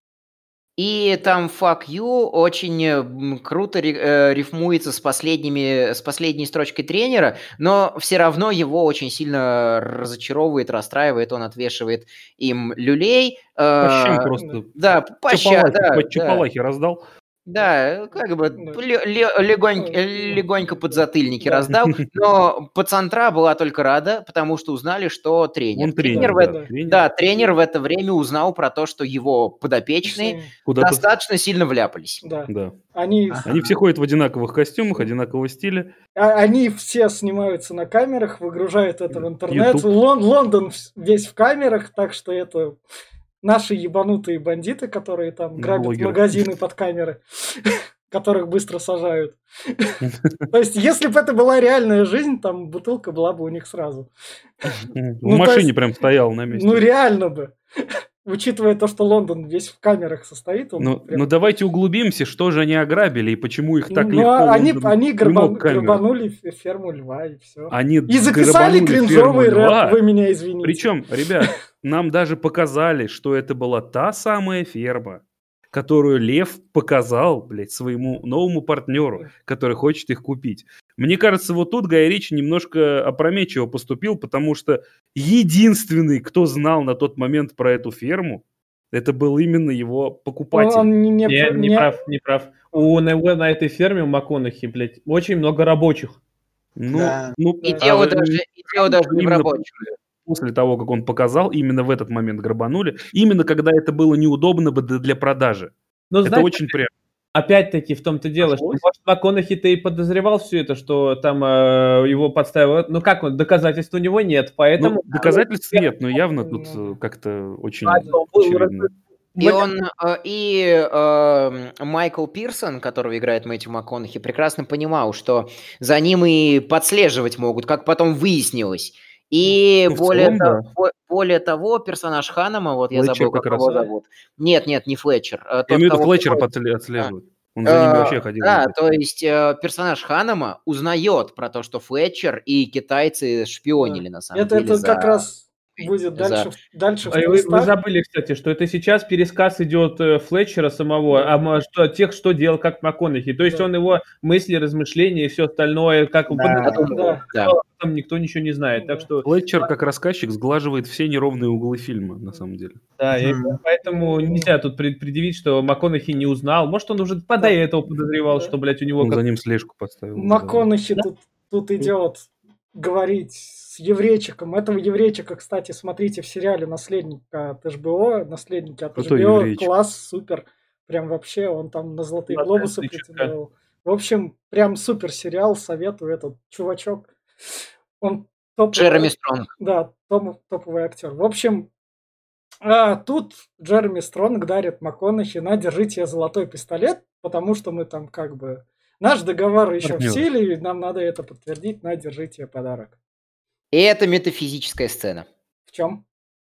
И там fuck you очень круто рифмуется с последней строчкой тренера, но все равно его очень сильно разочаровывает, расстраивает, он отвешивает им люлей. По щам просто. Да, по щам, да. Чапалахи раздал. Да, как бы Да. легонько подзатыльники раздал, но пацантра была только рада, потому что узнали, что тренер. Он тренер, Тренер в это время узнал про то, что его подопечные Куда-то. достаточно сильно вляпались. Да. Да. Они все ходят в одинаковых костюмах, одинакового стиля. Они все снимаются на камерах, выгружают это в интернет. YouTube. Лондон весь в камерах, так что это наши ебанутые бандиты, которые там грабят Блогеры. магазины под камеры, которых быстро сажают. То есть, если бы это была реальная жизнь, там бутылка была бы у них сразу. В Ну, то машине есть- прям стоял на месте. Ну, реально бы. Учитывая то, что Лондон весь в камерах состоит, он Ну, прям- ну давайте углубимся, что же они ограбили и почему их так Ну, легко они Лондон грабанули камеры. ферму льва, и все. Они И записали грабанули кринжовый ферму льва. рэп, вы меня извините. Причем, ребят, нам даже показали, что это была та самая ферма, которую Лев показал, блядь, своему новому партнеру, который хочет их купить. Мне кажется, вот тут Гай Ричи немножко опрометчиво поступил, потому что единственный, кто знал на тот момент про эту ферму, это был именно его покупатель. Он Не прав. На этой ферме у МакКонахи, блядь, очень много рабочих. Да. И дело даже не в именно рабочих. после того, как он показал, именно в этот момент грабанули, именно когда это было неудобно бы для продажи. Но, Это знаете, очень приятно. опять-таки в том-то дело, что, Нашлось? может, МакКонахи-то и подозревал все это, что там его подставил. Ну как он, доказательств у него нет, поэтому... Ну, доказательств нет, но явно тут как-то очень очевидно. Майкл Пирсон, которого играет Мэтью МакКонахи, прекрасно понимал, что за ним и подслеживать могут, как потом выяснилось. И Ну, в целом, да. более того, персонаж Ханома, вот я Флетчер забыл, как как раз. его зовут. Нет, не Флетчер. Я имею в виду, Флетчер отслеживает. Он за ними вообще ходил. Да, то есть персонаж Ханома узнает про то, что Флетчер и китайцы шпионили на самом деле. Это как раз будет дальше в Вы твистах. забыли, кстати, что это сейчас пересказ идет Флетчера самого, что делал как МакКонахи. То есть Да. он его мысли, размышления и все остальное, как он Да. подразумевал, Да. там никто ничего не знает. Так Да. что, Флетчер как рассказчик сглаживает все неровные углы фильма, на самом деле. да, и Мгм. поэтому нельзя тут предъявить, что МакКонахи не узнал. Может, он уже до этого подозревал, Да. что, блядь, у него... Он за ним слежку поставил. МакКонахи тут идет говорить с еврейчиком. Этого еврейчика, кстати, смотрите в сериале «Наследник» от HBO. «Наследники» от Крутой HBO. еврейчик. Класс, супер. Прям вообще он там на «Золотые Золотая глобусы» стычка. претендовал. В общем, прям супер сериал, советую. Этот чувачок, он Джереми топовый, Стронг. да, топовый актер. В общем, тут Джереми Стронг дарит МакКонахи: на, держите золотой пистолет, потому что мы там как бы... Наш договор еще в Партнеры. силе, и нам надо это подтвердить. На, держите подарок. И это метафизическая сцена. В чем?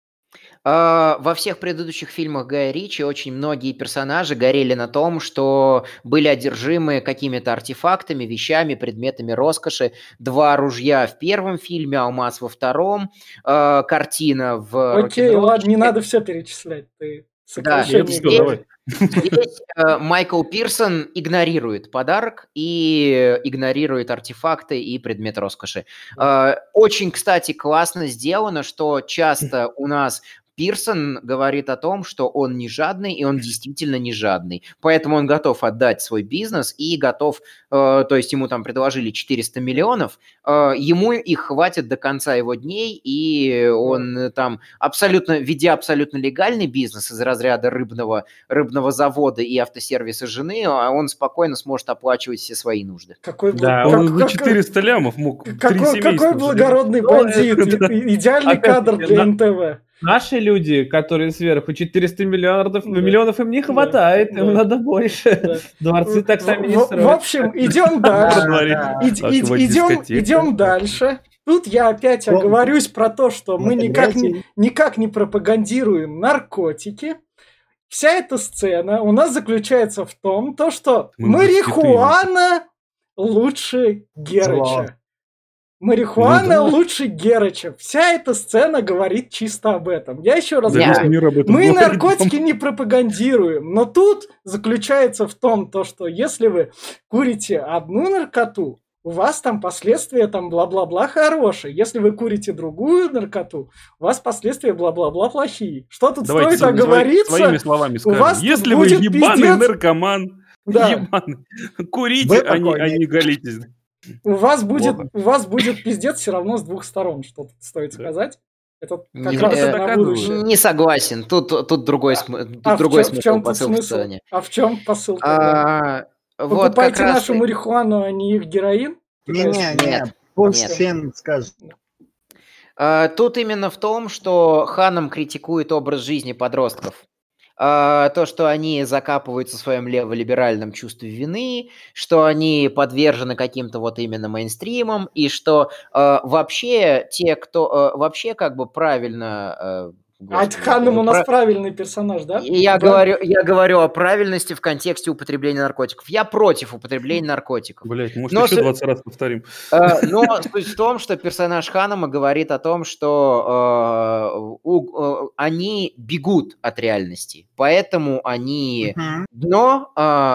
Во всех предыдущих фильмах Гая Ричи очень многие персонажи горели на том, что были одержимы какими-то артефактами, вещами, предметами роскоши. 2 ружья в первом фильме, алмаз во втором, картина в Окей, ладно, не рок-н-ролльщике. надо все перечислять. Ты Да, сокращение Всё, здесь, давай. здесь Майкл Пирсон игнорирует подарок и игнорирует артефакты и предмет роскоши. Очень, кстати, классно сделано, что часто у нас Пирсон говорит о том, что он не жадный, и он действительно не жадный. Поэтому он готов отдать свой бизнес и готов, то есть ему там предложили 400 миллионов, ему их хватит до конца его дней, и он там абсолютно, ведя абсолютно легальный бизнес из разряда рыбного завода и автосервиса жены, он спокойно сможет оплачивать все свои нужды. Какой, Да, как- Он за как- 400 лямов мог 3 какой семейства благородный Ну, бандит. да. Идеальный Опять-таки, кадр для на- НТВ. Наши люди, которые сверху, 400 Да. миллионов им не Да, хватает, им да. надо больше. Да. Дворцы так сами не В строят. общем, идем дальше. Дворе. Аквадискотека. Идем дальше. Тут я опять Ну, оговорюсь про то, что мы фотографии. никак не пропагандируем наркотики. Вся эта сцена у нас заключается в том, то, что Мы марихуана лучше Герыча. Марихуана Ну да. лучше Герыча. Вся эта сцена говорит чисто об этом. Я еще раз Да весь говорю. мир об этом Мы говорит. наркотики не пропагандируем, но тут заключается в том, то, что если вы курите одну наркоту, у вас там последствия там бла-бла-бла хорошие. Если вы курите другую наркоту, у вас последствия бла-бла-бла плохие. Что тут Давайте стоит оговориться? своими словами скажем. вас тут Если вы будет ебаный пиздец. наркоман, Да. ебаный, курите, Вы а покойник. не голитесь. У вас Плохо. будет пиздец все равно с двух сторон, что тут стоит сказать. Это как Не- раз это на доказывает. будущее. Не согласен. Тут другой, А другой в смысл, чем тут посыл в смысл? сцене. А в чем посыл тогда? Вот как Покупайте раз... нашу марихуану, а не их героин? Не-не-не, Нет, пусть нет. Фен скажет. Тут именно в том, что Ханом критикует образ жизни подростков. То, что они закапываются в своем леволиберальном чувстве вины, что они подвержены каким-то вот именно мейнстримам, и что вообще те, кто вообще как бы правильно... А Ханнем у нас правильный персонаж, да? Я Да. говорю о правильности в контексте употребления наркотиков. Я против употребления наркотиков. Блять, может, Но еще с- 20 раз повторим. Но суть в том, что персонаж Ханнема говорит о том, что они бегут от реальности, поэтому они дно,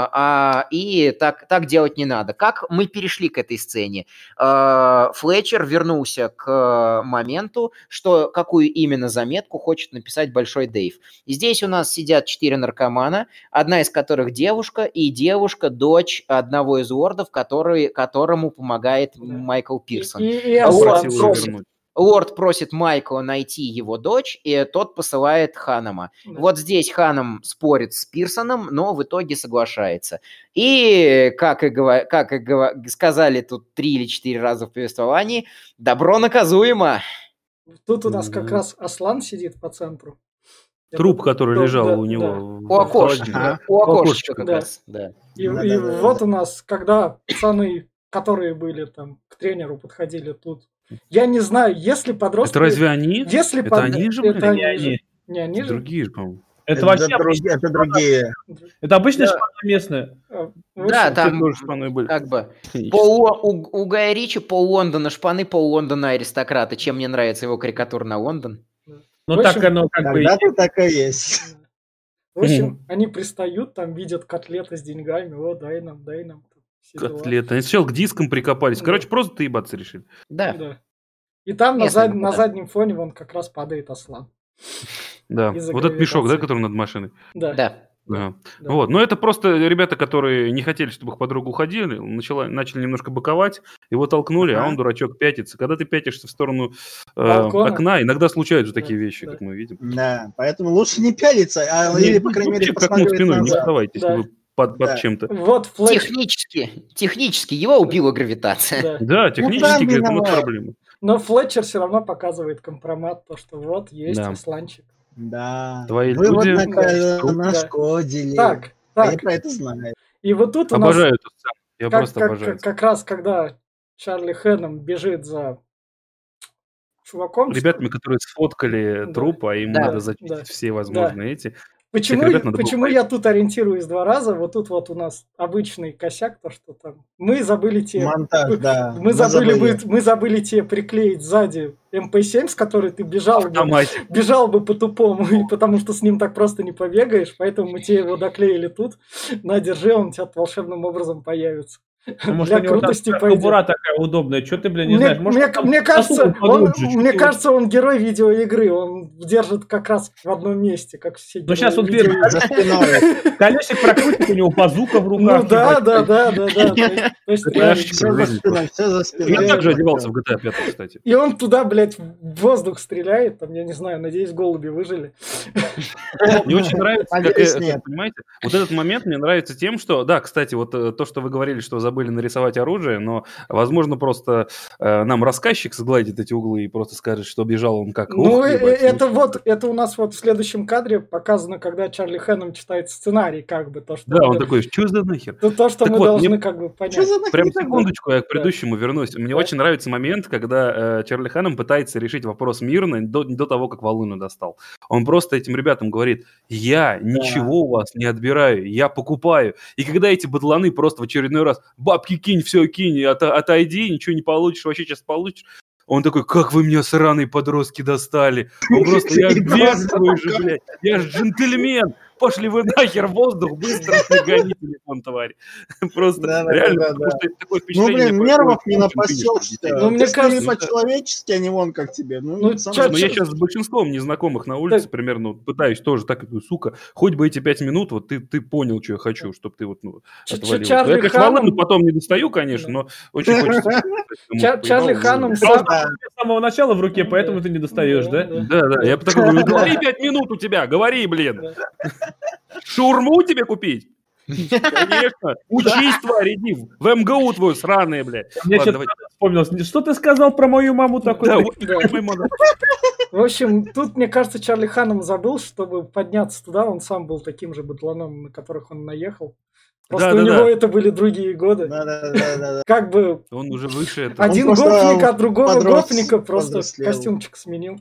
и так делать не надо. Как мы перешли к этой сцене? Флетчер вернулся к моменту, что какую именно заметку хочет написать Большой Дэйв. И здесь у нас сидят 4 наркомана, одна из которых девушка, и девушка дочь одного из лордов, которому помогает Майкл Пирсон. И Лорд Аслан Просил просит- просит. вернуть. Лорд просит Майкла найти его дочь, и тот посылает Ханнема. Да. Вот здесь Ханнем спорит с Пирсоном, но в итоге соглашается. И, как сказали тут 3 или 4 раза в повествовании, добро наказуемо. Тут у нас как раз Аслан сидит по центру. Труп, Это- который да, лежал да, у него да. в У окошечка. холодильнике. Ага. У окошечка окошечка, как да. раз, да. И Да-да-да-да. вот у нас, когда пацаны, которые были там к тренеру, подходили тут, я не знаю, если подростки... Это разве они? Если Это они же, это блин? они Не же. они. Не они Это же. другие же, по-моему. Это вообще Это другие. это обычная Да. шпана местная. В Да, общем, Те там тоже шпаной были. как бы Хронически. у Гая Ричи пол Лондона шпаны, пол Лондона аристократы. Чем мне нравится его карикатура на Лондон. Ну В так общем, оно как бы... Когда-то так и есть. В общем, они пристают, там видят котлеты с деньгами, о, дай нам, все дела. Котлеты. Они сначала к дискам прикопались. Да. Короче, просто ты ебаться решили. Да. Да. И там Местный на депутат. заднем фоне вон как раз падает Аслан. Да. Из-за Вот этот мешок, да, гравитации. который над машиной. Да. Да. Да. Да. Вот. Но это просто ребята, которые не хотели, чтобы их подруга уходили, начали немножко боковать, его толкнули, а Ага. он, дурачок, пятится. Когда ты пятишься в сторону Балкона. окна, иногда случаются Да, такие вещи, да. как мы видим. Да, поэтому лучше не пялиться, или, по крайней мере, Вообще к окну посмотреть спиной не назад. вставайте, если Да. вы под Да. чем-то. Вот Флетчер. Технически его убила гравитация. Да. Да, технически, там говорит, вот виноват. проблема. Но Флетчер все равно показывает компромат, то, что вот есть Да. Асланчик. Да. Твои Вы вот люди нашкодили. Так, А я так. про это знаю. И вот тут у нас Обожаю эту сцену. Я просто обожаю. как раз, когда Чарли Хэннем бежит за чуваком, Ребятами, которые сфоткали Да. труп, а им Да. надо зачистить все возможные эти. Почему, Всех ребят надо было почему я тут ориентируюсь 2 раза? Вот тут вот у нас обычный косяк, то что там мы забыли те, Монтаж, да. мы забыли тебе приклеить сзади МП7, с которой ты бежал бы по-тупому, и потому что с ним так просто не побегаешь, поэтому мы тебе его доклеили тут. На, держи, он у тебя волшебным образом появится. Может, Для у него там крутости пойдет. кобура такая удобная. Что ты, блин, не знаешь? Может, он там Мне кажется, поглубже, чуть мне его- кажется, он герой видеоигры. Он держит как раз в одном месте, как все герои. Ну, сейчас он видеоигр. За спиной. колесик прокрутит, у него базука в руках. Ну да. То есть Это реально. аж Все за спиной, все за Я спиной. также одевался в GTA 5, кстати. И он туда, блядь, в воздух стреляет, там, я не знаю, надеюсь, голуби выжили. Мне очень нравится, Надеюсь, нет. понимаете, вот этот момент мне нравится тем, что, да, кстати, вот то, что вы говорили, что забыли нарисовать оружие, но, возможно, просто нам рассказчик сгладит эти углы и просто скажет, что бежал он как Ну, ух, ебать. это у нас вот в следующем кадре показано, когда Чарли Хэннем читает сценарий, как бы, то, что... Да, он такой, что за нахер? То, что Так мы вот, должны мне- как бы понять. Что за Прям нахер? секундочку, я к предыдущему вернусь. Мне Да. очень нравится момент, когда Чарли Хэннем пытается решить вопрос мирно до того, как волыну достал. Он просто этим ребятам говорит, я ничего у вас не отбираю, я покупаю. И когда эти бадланы просто в очередной раз, бабки кинь, все кинь, отойди, ничего не получишь, вообще сейчас получишь. Он такой, как вы меня, сраные подростки, достали. Он просто, я бедствую же, блядь, я же джентльмен. Пошли вы нахер в воздух, быстро гони телефон, тварь. Просто Да, реально, да. потому что такое Ну, впечатление... блин, какое нервов не очень видишь у напасешься. детей. Ну, мне Ты кажется, не по-человечески, а не вон как тебе. Ну, сам чё- Но я сейчас с большинством незнакомых на улице Так. примерно вот пытаюсь тоже так, как сука, хоть бы эти 5 минут, вот ты понял, что я хочу, чтобы ты вот отвалил. Чарли Я, конечно, Ханнем- волыну потом не достаю, конечно, но очень хочется. Чарли Ханнем Да. С самого начала в руке, поэтому ты не достаешь, да? Да, я такой говорю, говори 5 минут у тебя, говори, блин. Шаурму тебе купить? Конечно. Учись, тварь, иди в МГУ твою сраные, блядь. Мне Ладно, что-то давай. вспомнилось. Что ты сказал про мою маму такой? Да, вот Да. такой модуль. В общем, тут, мне кажется, Чарли Ханнем забыл, чтобы подняться туда, он сам был таким же бадланом, на которых он наехал. Просто у него это были другие годы. Да. Как бы Он уже выше этого. один просто гопник от другого подрос, гопника просто повзрослел. костюмчик сменил.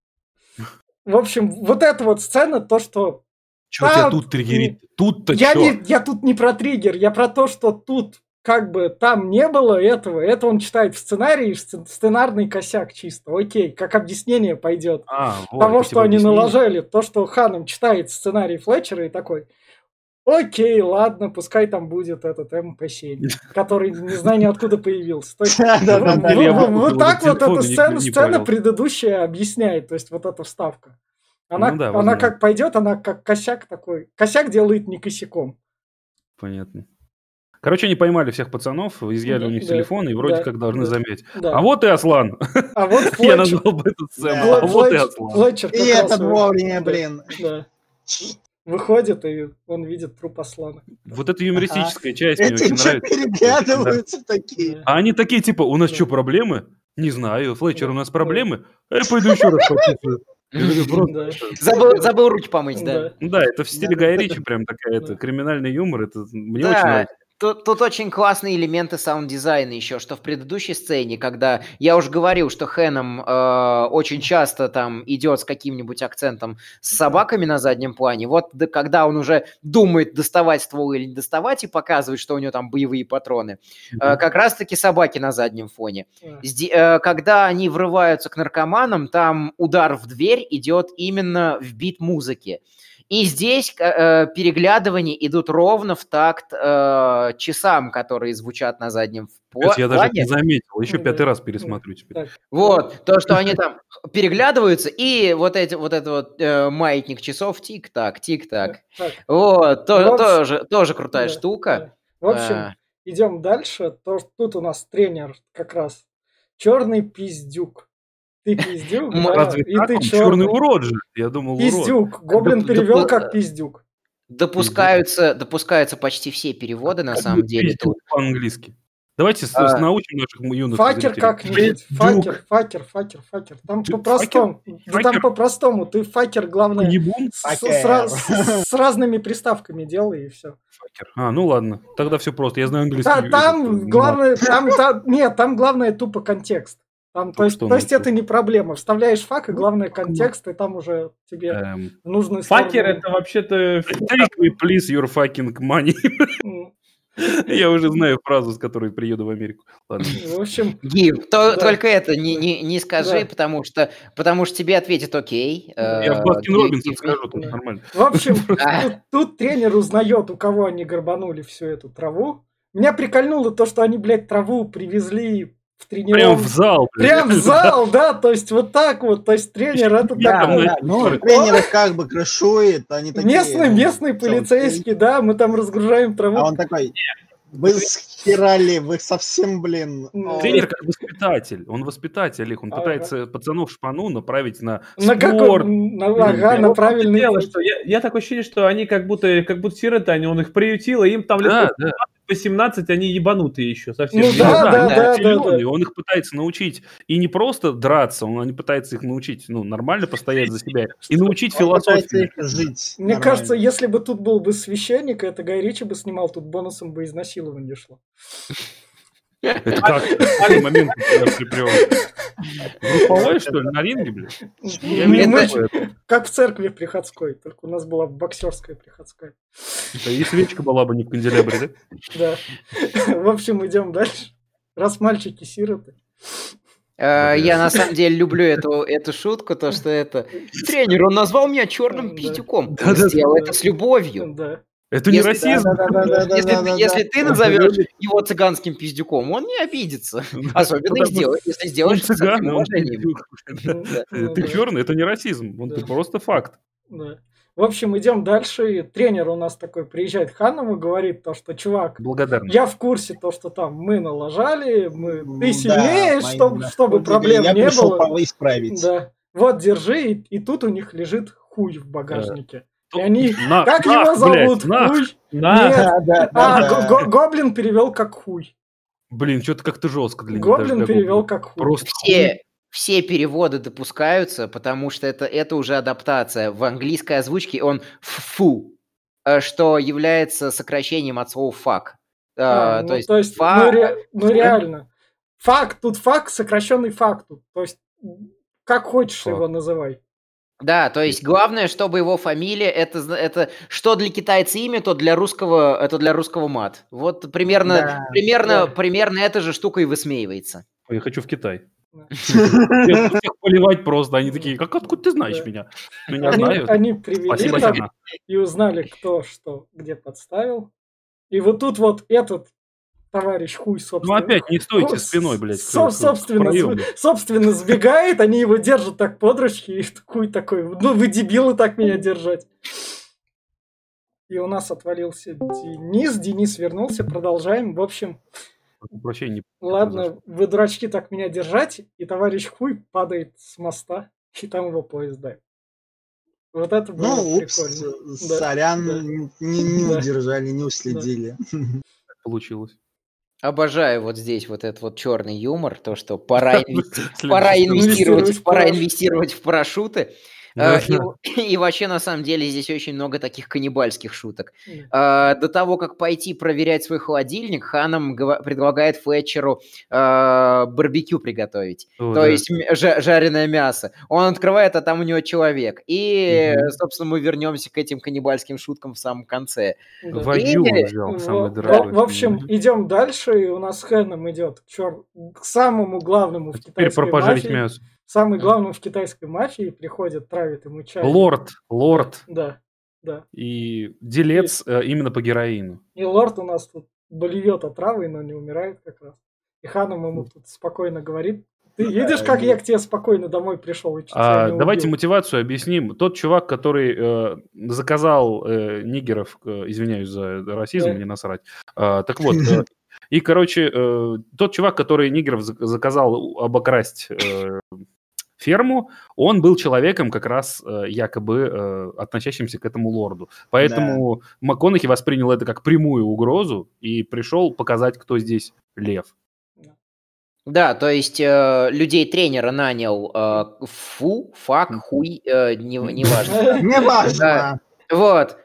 В общем, вот эта вот сцена, то, что... Чё тебя тут триггерит? Тут-то Я чё? я тут не про триггер, я про то, что тут как бы там не было этого. Это он читает в сценарии, сценарный косяк чисто. Окей, как объяснение пойдет. Вот, Того, эти что они объяснения. наложили, то, что Ханнем читает сценарий Флетчера и такой, окей, ладно, пускай там будет этот МП7, который не знаю ни откуда появился. То есть, Да. Я вот выпутал так этот вот телефон эта и не сцена понял. предыдущая объясняет, то есть вот эта вставка. Она Ну да, возможно. как пойдет, она как косяк такой. Косяк делает не косяком. Понятно. Короче, они поймали всех пацанов, изъяли у них Да, телефоны и вроде да, как должны да, заметить. да. А вот и Аслан. А вот Я Флетчер, назвал бы эту сцену. Да. А вот и Аслан. Флетчер И как раз этот вовремя, блин. Да. Выходит, и он видит труп Аслана. Вот эта юмористическая часть мне Эти очень что нравится. переглядываются такие. А они такие, типа, у нас Да. что, проблемы? Не знаю. Флетчер, Да. у нас проблемы? Я пойду еще раз пописаю. Я говорю, просто- Да. Забыл руки помыть, да. Да, это в стиле Да. Гая Ричи прям такая, Да. криминальный юмор. Это мне Да, очень нравится. Тут очень классные элементы саунд-дизайна еще, что в предыдущей сцене, когда я уже говорил, что Хэннем очень часто там идет с каким-нибудь акцентом с собаками на заднем плане, вот когда он уже думает, доставать ствол или не доставать, и показывает, что у него там боевые патроны, как раз-таки собаки на заднем фоне. Когда они врываются к наркоманам, там удар в дверь идет именно в бит музыки. И здесь переглядывания идут ровно в такт часам, которые звучат на заднем Я даже не плане. заметил. Еще Да, 5-й раз да. пересматриваю теперь. Так, Вот, то, что они там переглядываются, и вот этот маятник часов тик-так, тик-так. так. Вот, В общем, тоже крутая да, штука. да. В общем, идем дальше. Тут у нас тренер как раз черный пиздюк. Ты пиздюк, да, Разве и так? ты Он черный черный. урод же. Я думал, урод. Пиздюк. Гоблин Да, перевел да, как пиздюк. Допускаются почти все переводы, на Как самом бы деле, пиздюк тут. по-английски. Давайте научим наших юных Факер зрителей. как-нибудь. Пиздюк. Факер. Там Ты по-простому. Да там Факер? по-простому. Ты факер, главное, Ебун? с разными приставками делай, и все. Факер. Ну ладно. Тогда все просто. Я знаю английский. Там главное, нет, там главное тупо контекст. Там, то есть это не проблема. Вставляешь фак, и главное контекст, и там уже тебе нужно... Факер это вообще-то... Take me, please, your fucking money. Я уже знаю фразу, с которой приеду в Америку. Ладно. В общем... Гив, да. только это не скажи, Да. потому что тебе ответят окей. Я в Баскин Робинсон скажу, тут Да. нормально. В общем, тут тренер узнает, у кого они горбанули всю эту траву. Меня прикольнуло то, что они, блядь, траву привезли в тренировку. Прям в зал. Прям в зал, да, то есть вот так вот. То есть тренер это такой... Тренеры как бы крышует, они такие... Местный полицейский, да, мы там разгружаем траву. А он такой... Вы схерали, вы совсем, блин... Тренер как воспитатель. Он воспитатель их. Он Ага. пытается пацанов шпану направить на На спорт. на правильный Дело, путь. что я такое ощущение, что они как будто сироты, он их приютил, и им там лет 18, они ебанутые еще совсем. Ну да. Зелёный, он их пытается научить. И не просто драться, он пытается их научить, нормально постоять за себя. И научить философии. Жить Мне нормально. кажется, если бы тут был бы священник, это Гай Ричи бы снимал, тут бонусом бы изнасилование шло. Это как? Какой момент я приплел? Групповой, что ли, на ринге, блядь? Как в церкви приходской, только у нас была боксерская приходская. И свечка была бы не в канделябре, да? Да. В общем, идем дальше. Раз мальчики сироты. Я на самом деле люблю эту шутку, то что это тренер, он назвал меня черным пиздюком. Он сделал это с любовью. Да. Это не расизм. Если ты назовешь его цыганским пиздюком, он не обидится. Особенно если сделаешь это с таким уважением. Ты черный, это не расизм. Это просто факт. Да. В общем, идем дальше. И тренер у нас такой приезжает к Ханному, говорит то, что, чувак, я в курсе то, что там мы налажали, ты сильнее, чтобы проблем не было. Я пришел исправить. Да. Вот, держи, и тут у них лежит хуй в багажнике. И они, как его зовут? Хуй? Нет. Гоблин перевел как хуй. Блин, что-то как-то жестко для них. Гоблин перевел как хуй. Просто все переводы допускаются, потому что это уже адаптация. В английской озвучке он фу, что является сокращением от слова фак. То есть реально. Факт, тут факт, сокращенный факту. То есть, как хочешь его называй. Да, то есть главное, чтобы его фамилия, это что для китайца имя, то для русского, это для русского мат. Вот примерно эта же штука и высмеивается. Я хочу в Китай. Я буду всех поливать просто. Они такие, откуда ты знаешь меня? Меня знают. Они привели там и узнали, кто что где подставил. И вот тут вот этот товарищ хуй, собственно. Опять не стойте спиной, блядь. Собственно, сбегает, они его держат так под ручки, и хуй такой, вы дебилы так меня держать. И у нас отвалился Денис вернулся, продолжаем. В общем, ладно, вы, дурачки, так меня держать, и товарищ хуй падает с моста, и там его поезд давит. Вот это было прикольно. Сорян, не удержали, не уследили. Получилось. Обожаю вот здесь вот этот вот черный юмор, то, что пора инвестировать в парашюты. И вообще, на самом деле, здесь очень много таких каннибальских шуток. До того, как пойти проверять свой холодильник, Ханнам предлагает Флетчеру барбекю приготовить. То есть жареное мясо. Он открывает, а там у него человек. И, собственно, мы вернемся к этим каннибальским шуткам в самом конце. Вагю он взял, самый дорогой. В общем, идем дальше, и у нас Ханнам идет к самому главному в китайской мафии. Самый главный в китайской мафии приходит, травит ему чай. Лорд. Да. Да. И делец именно по героину. И лорд у нас тут блюет отравой, но не умирает как раз. И Ханом ему тут спокойно говорит: ты видишь, как я к тебе спокойно домой пришел и чуть тебя не Давайте убил? мотивацию объясним. Тот чувак, который заказал нигеров, извиняюсь за расизм, Да. мне насрать. Так вот, и, короче, тот чувак, который нигеров заказал обокрасть ферму, он был человеком как раз якобы относящимся к этому лорду. Поэтому МакКонахи воспринял это как прямую угрозу и пришел показать, кто здесь лев. Да, то есть людей тренера нанял хуй, неважно. Неважно. Вот.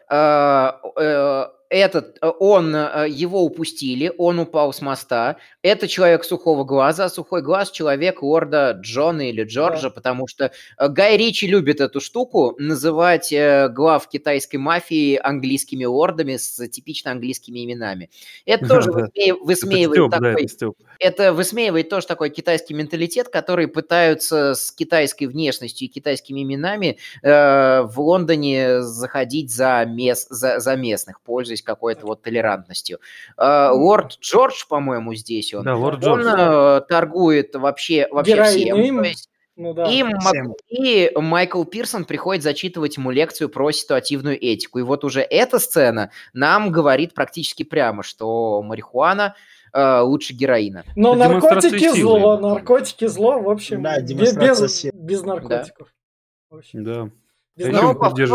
Его упустили, он упал с моста. Это человек сухого глаза, сухой глаз — человек лорда Джона или Джорджа, потому что Гай Ричи любит эту штуку, называть глав китайской мафии английскими лордами с типично английскими именами. Это тоже высмеивает такой... Это высмеивает тоже такой китайский менталитет, который пытаются с китайской внешностью и китайскими именами в Лондоне заходить за местных, пользуясь какой-то вот толерантностью. Лорд Джордж, по-моему, здесь он. Да, лорд Он Джордж. торгует вообще всем. То есть и Майкл Пирсон приходит зачитывать ему лекцию про ситуативную этику. И вот уже эта сцена нам говорит практически прямо, что марихуана лучше героина. Но наркотики зло, в общем, Да, без наркотиков. Да. Но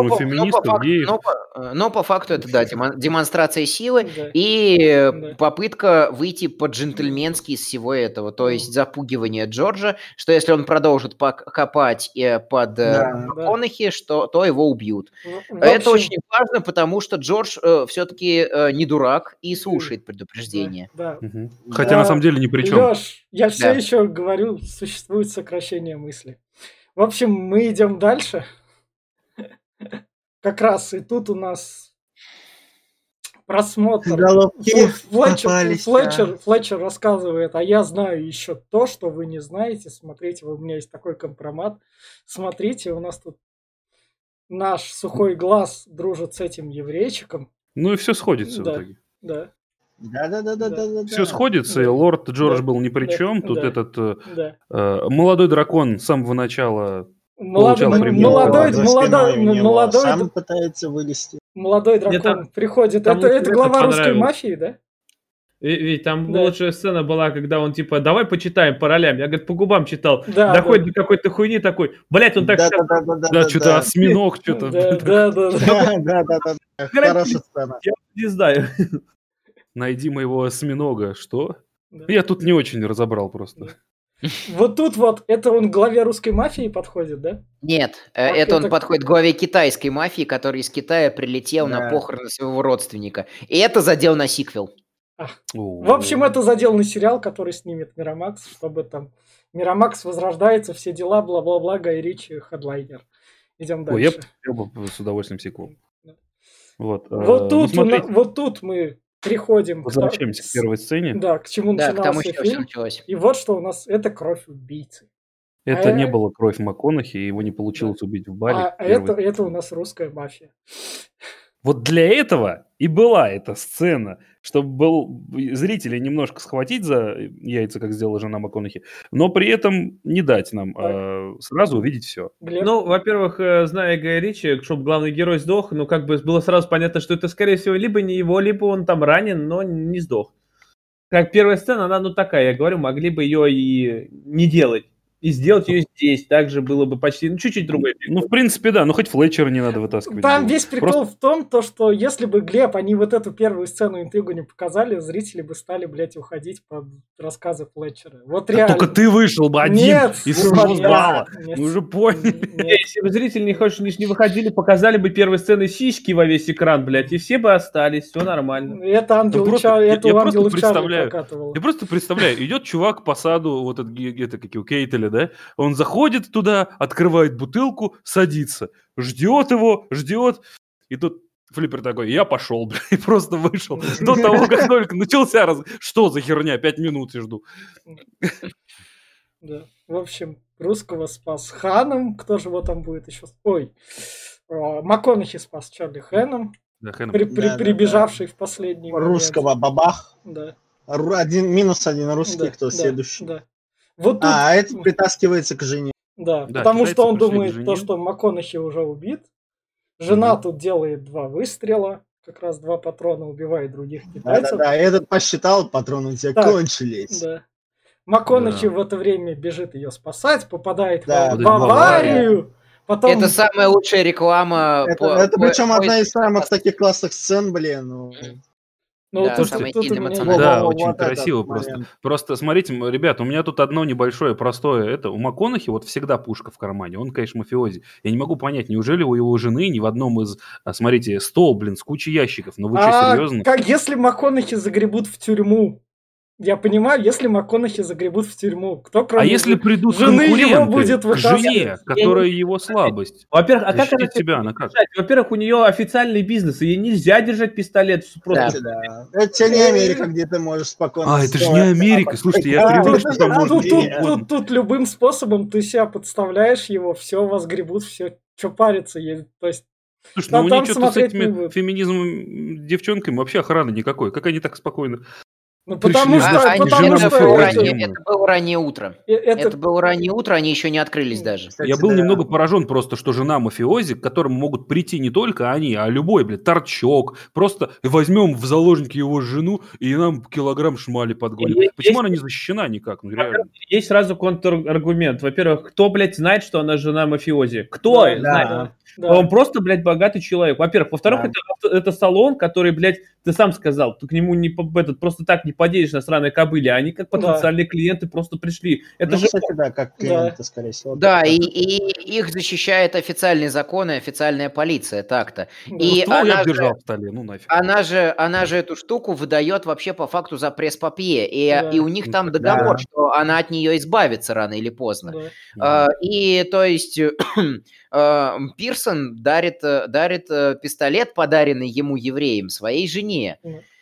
по факту это, да, демонстрация силы и попытка выйти по-джентльменски из всего этого. То есть запугивание Джорджа, что если он продолжит копать под МакКонахи, то его убьют. Это очень важно, потому что Джордж все-таки не дурак и слушает предупреждения. Хотя на самом деле ни при чем. Леш, я все еще говорю, существует сокращение мысли. В общем, мы идем дальше. Как раз и тут у нас просмотр. Флетчер рассказывает: а я знаю еще то, что вы не знаете. Смотрите, у меня есть такой компромат. Смотрите, у нас тут наш сухой глаз дружит с этим еврейчиком. Ну и все сходится в итоге. Да. Да. Все сходится, и лорд Джордж был ни при чем. Тут этот молодой дракон с самого начала... Молодой сам пытается вылезти. Молодой дракон приходит. Это глава русской мафии, да? Ведь там лучшая сцена была, когда он типа: давай почитаем по ролям. Я, говорит, по губам читал. Доходит до какой-то хуйни такой: блять, он так... Да, что-то осьминог, что-то. Да. Хорошая сцена. Я не знаю. Найди моего осьминога. Что? Я тут не очень разобрал просто. Вот тут вот, это он к главе русской мафии подходит, да? Нет, это он подходит к главе китайской мафии, который из Китая прилетел на похороны своего родственника. И это задел на сиквел. В общем, это задел на сериал, который снимет Мирамакс, чтобы там Мирамакс возрождается, все дела, бла-бла-бла, Гай Ричи, хедлайнер. Идем дальше. Я бы с удовольствием сиквел. Вот тут мы приходим возвращаемся к первой сцене. Да, к чему начинался фильм. И вот что у нас. Это кровь убийцы. Это не была кровь МакКонахи, его не получилось убить в баре. Это у нас русская мафия. Вот для этого и была эта сцена, чтобы зрителей немножко схватить за яйца, как сделала жена МакКонахи, но при этом не дать нам сразу увидеть все. Ну, во-первых, зная Гая Ричи, чтобы главный герой сдох, ну, как бы было сразу понятно, что это, скорее всего, либо не его, либо он там ранен, но не сдох. Как первая сцена, она, такая, я говорю, могли бы ее и не делать. И сделать ее здесь также было бы почти, чуть-чуть другой. Ну, в принципе, да, но хоть Флетчера не надо вытаскивать. Там весь прикол в том, что если бы, Глеб, они вот эту первую сцену интригу не показали, зрители бы стали, блядь, уходить под рассказы Флетчера. Вот реально. Только ты вышел бы один из зала. Мы уже поняли. Если бы зрители не выходили, показали бы первые сцены сиськи во весь экран, блядь, и все бы остались, все нормально. Это ангел Чарли прокатывал. Я просто представляю, идет чувак по саду, вот это как у Кейтеля, да? Он заходит туда, открывает бутылку, садится, ждет его, и тут Флиппер такой: я пошел, бля, и просто вышел. До того, как только начался что за херня, 5 минут я жду. Да, в общем, русского спас Ханом, кто же его там будет еще? Ой, МакКонахи спас Чарли Хэном, Да, Хэном. прибежавший в последний момент. Русского бабах. Да, -1 русский, да, кто да, следующий. да. Вот тут, А этот притаскивается к жене. да, Да, потому китайцы что он пришли к думает, жене. то, что МакКонахи уже убит. Жена Мгм. тут делает 2 выстрела, как раз 2 патрона, убивает других китайцев. Да-да-да, этот посчитал, патроны у тебя Так, кончились. Да. МакКонахи Да. в это время бежит ее спасать, попадает Да, в в аварию. Потом... Это самая лучшая реклама. Это причем одна из самых таких классных сцен, блин. Ну, Да, тут, самая тут у сильно меня эмоциональная. Да, Вот очень этот красиво просто. момент. Просто смотрите, ребят, у меня тут одно небольшое простое. Это у МакКонахи вот всегда пушка в кармане. Он, конечно, мафиози. Я не могу понять, неужели у его жены ни в одном из... Смотрите, стол, блин, с кучей ящиков. Ну вы что, серьезно? как если МакКонахи загребут в тюрьму? Я понимаю, если МакКонахи загребут в тюрьму, кто А кроме если придут жены его конкуренты будет к вытаскивать? жене, которая его слабость? Во-первых, а как она Защитить себя, она как? держать? Во-первых, у нее официальный бизнес, и ей нельзя держать пистолет просто. Да. Это тебе не Америка, где ты можешь спокойно... Это же не Америка, слушайте, я привык, что там можно что угодно. Тут любым способом ты себя подставляешь его, все возгребут, все, что париться. То есть Слушай, ну у там них что-то с смотреть не этими будет. феминизмом девчонками вообще охраны никакой. Как они так спокойно... Ну, потому Пришли. что, Они потому жена что мафиози. Это было раннее утро. Это было раннее утро, они еще не открылись даже. Кстати, Я был да. немного поражен просто, что жена мафиози, к которому могут прийти не только они, а любой, блядь, торчок. Просто возьмем в заложники его жену, и нам килограмм шмали подгонят. Есть- Почему она не защищена никак? Ну, реально. Есть сразу контраргумент. Во-первых, кто, блядь, знает, что она жена мафиози? Кто Да, знает? Да. Да. Он просто, блядь, богатый человек. Во-первых. Во-вторых, Да. это салон, который, блядь, ты сам сказал, ты к нему просто так не подъедешь на сраной кобыле. Они как потенциальные клиенты просто пришли. Это Ну, же... кстати, да, как клиенты, скорее всего. Да, Так. и их защищает официальный закон и официальная полиция, так-то. Да. И Ствол я она же, держал в столе, ну нафиг. она же эту штуку выдает вообще по факту за пресс-папье. Да. И у них Ну, там так, договор, да. что она от нее избавится рано или поздно. Да. И то есть Пирсон дарит пистолет, подаренный ему евреем, своей жене.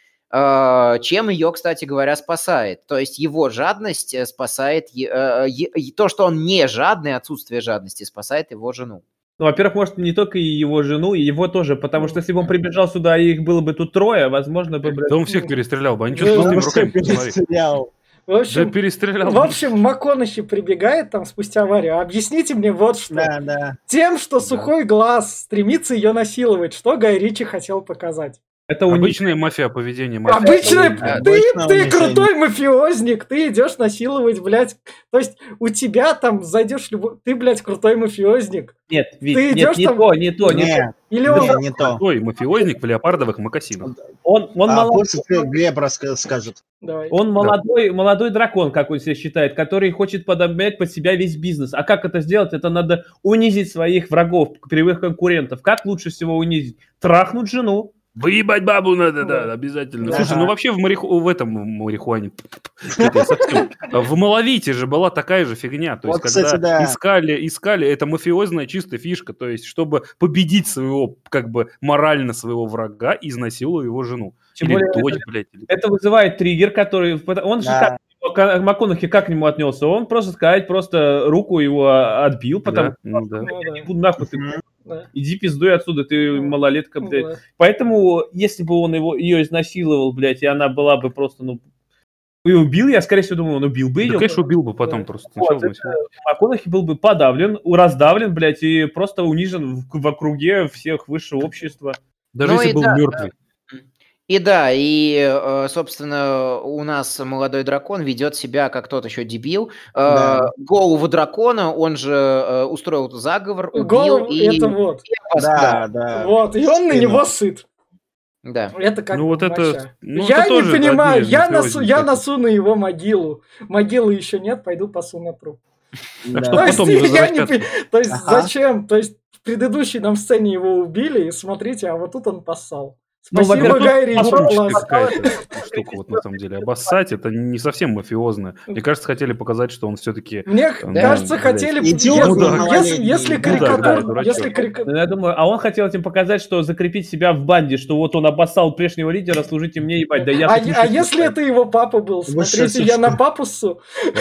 Чем ее, кстати говоря, спасает. То есть его жадность спасает... То, что он не жадный, отсутствие жадности спасает его жену. Ну, во-первых, может, не только и его жену, и его тоже, потому что если бы он прибежал сюда, и их было бы тут трое, возможно, бы, блядь... Да он всех перестрелял бы. Они что Да. с пустыми Он руками, всех посмотри. перестрелял. В Да общем, перестрелял. МакКонахи прибегает там спустя аварию. Объясните мне вот что. Да. Тем, что сухой глаз стремится ее насиловать, что Гай Ричи хотел показать. Это у них... Обычная мафия поведения. мафия. Обычно да, ты обычное унижение. крутой мафиозник, ты идешь насиловать, блядь. То есть у тебя там зайдешь любой... Ты, блядь, крутой мафиозник. Нет, Вить, Ты нет, идёшь не там- то, не то, не то. Нет, Или он... не то. Ой, мафиозник в леопардовых мокасинах. Он Пусть Глеб скажет. Давай. Он молодой дракон, как он себя считает, который хочет подобрать под себя весь бизнес. А как это сделать? Это надо унизить своих врагов, кривых конкурентов. Как лучше всего унизить? Трахнуть жену. Выебать бабу надо, Да. да, обязательно. Да. Слушай, ну вообще в марихуане, это я совсем- в Малавите же была такая же фигня. То есть, Вот, кстати, когда да. искали, это мафиозная чисто фишка. То есть, чтобы победить своего, как бы, морально своего врага, изнасилуя его жену. Тем Или более, дочь, блядь. Это вызывает триггер, который... Он же Да. МакКонахи как к нему отнесся? Он просто руку его отбил, потому Да, ну да. Ну, что да, не буду нахуй, ты да, иди пиздуй отсюда, ты малолетка, блядь. да. Поэтому, если бы он ее изнасиловал, блядь, и она была бы просто, и убил, я, скорее всего, думаю, он убил бы Да, ее. конечно, убил бы потом Да. просто. Вот, Сначала это МакКонахи был бы подавлен, раздавлен, блядь, и просто унижен в округе всех высшего общества. Даже Ну если и был да, мертвый. Собственно, у нас молодой дракон ведет себя как тот еще дебил. Да. Голову дракона, он же устроил заговор, убил Голову и... это вот. Да. Вот, и он на Спину. него сыт. Да. Это как Ну бы вот это... моща. ну, Я это не тоже понимаю, одни из я мафиозников. носу на его могилу. Могилы еще нет, пойду пасу на труп. Так что То есть, потом не я не возвращаться. То есть Ага. зачем? То есть в предыдущей нам сцене его убили, и смотрите, а вот тут он поссал. Спасибо, во-первых, Гай Ричи, Попробуйте класс. какая-то штука, вот на самом деле. Обоссать это не совсем мафиозно. Мне кажется, хотели показать, что он все-таки... Мне Ну, кажется, блядь. хотели... Идиот мудак. Если Мудак, да, карикатур... дурачок. Если карикатур... Ну, я думаю, а он хотел этим показать, что закрепить себя в банде, что вот он обоссал прежнего лидера, служите мне, ебать, да я... А тут если лучше это его папа был? Смотрите, что, я что? на папу ссу.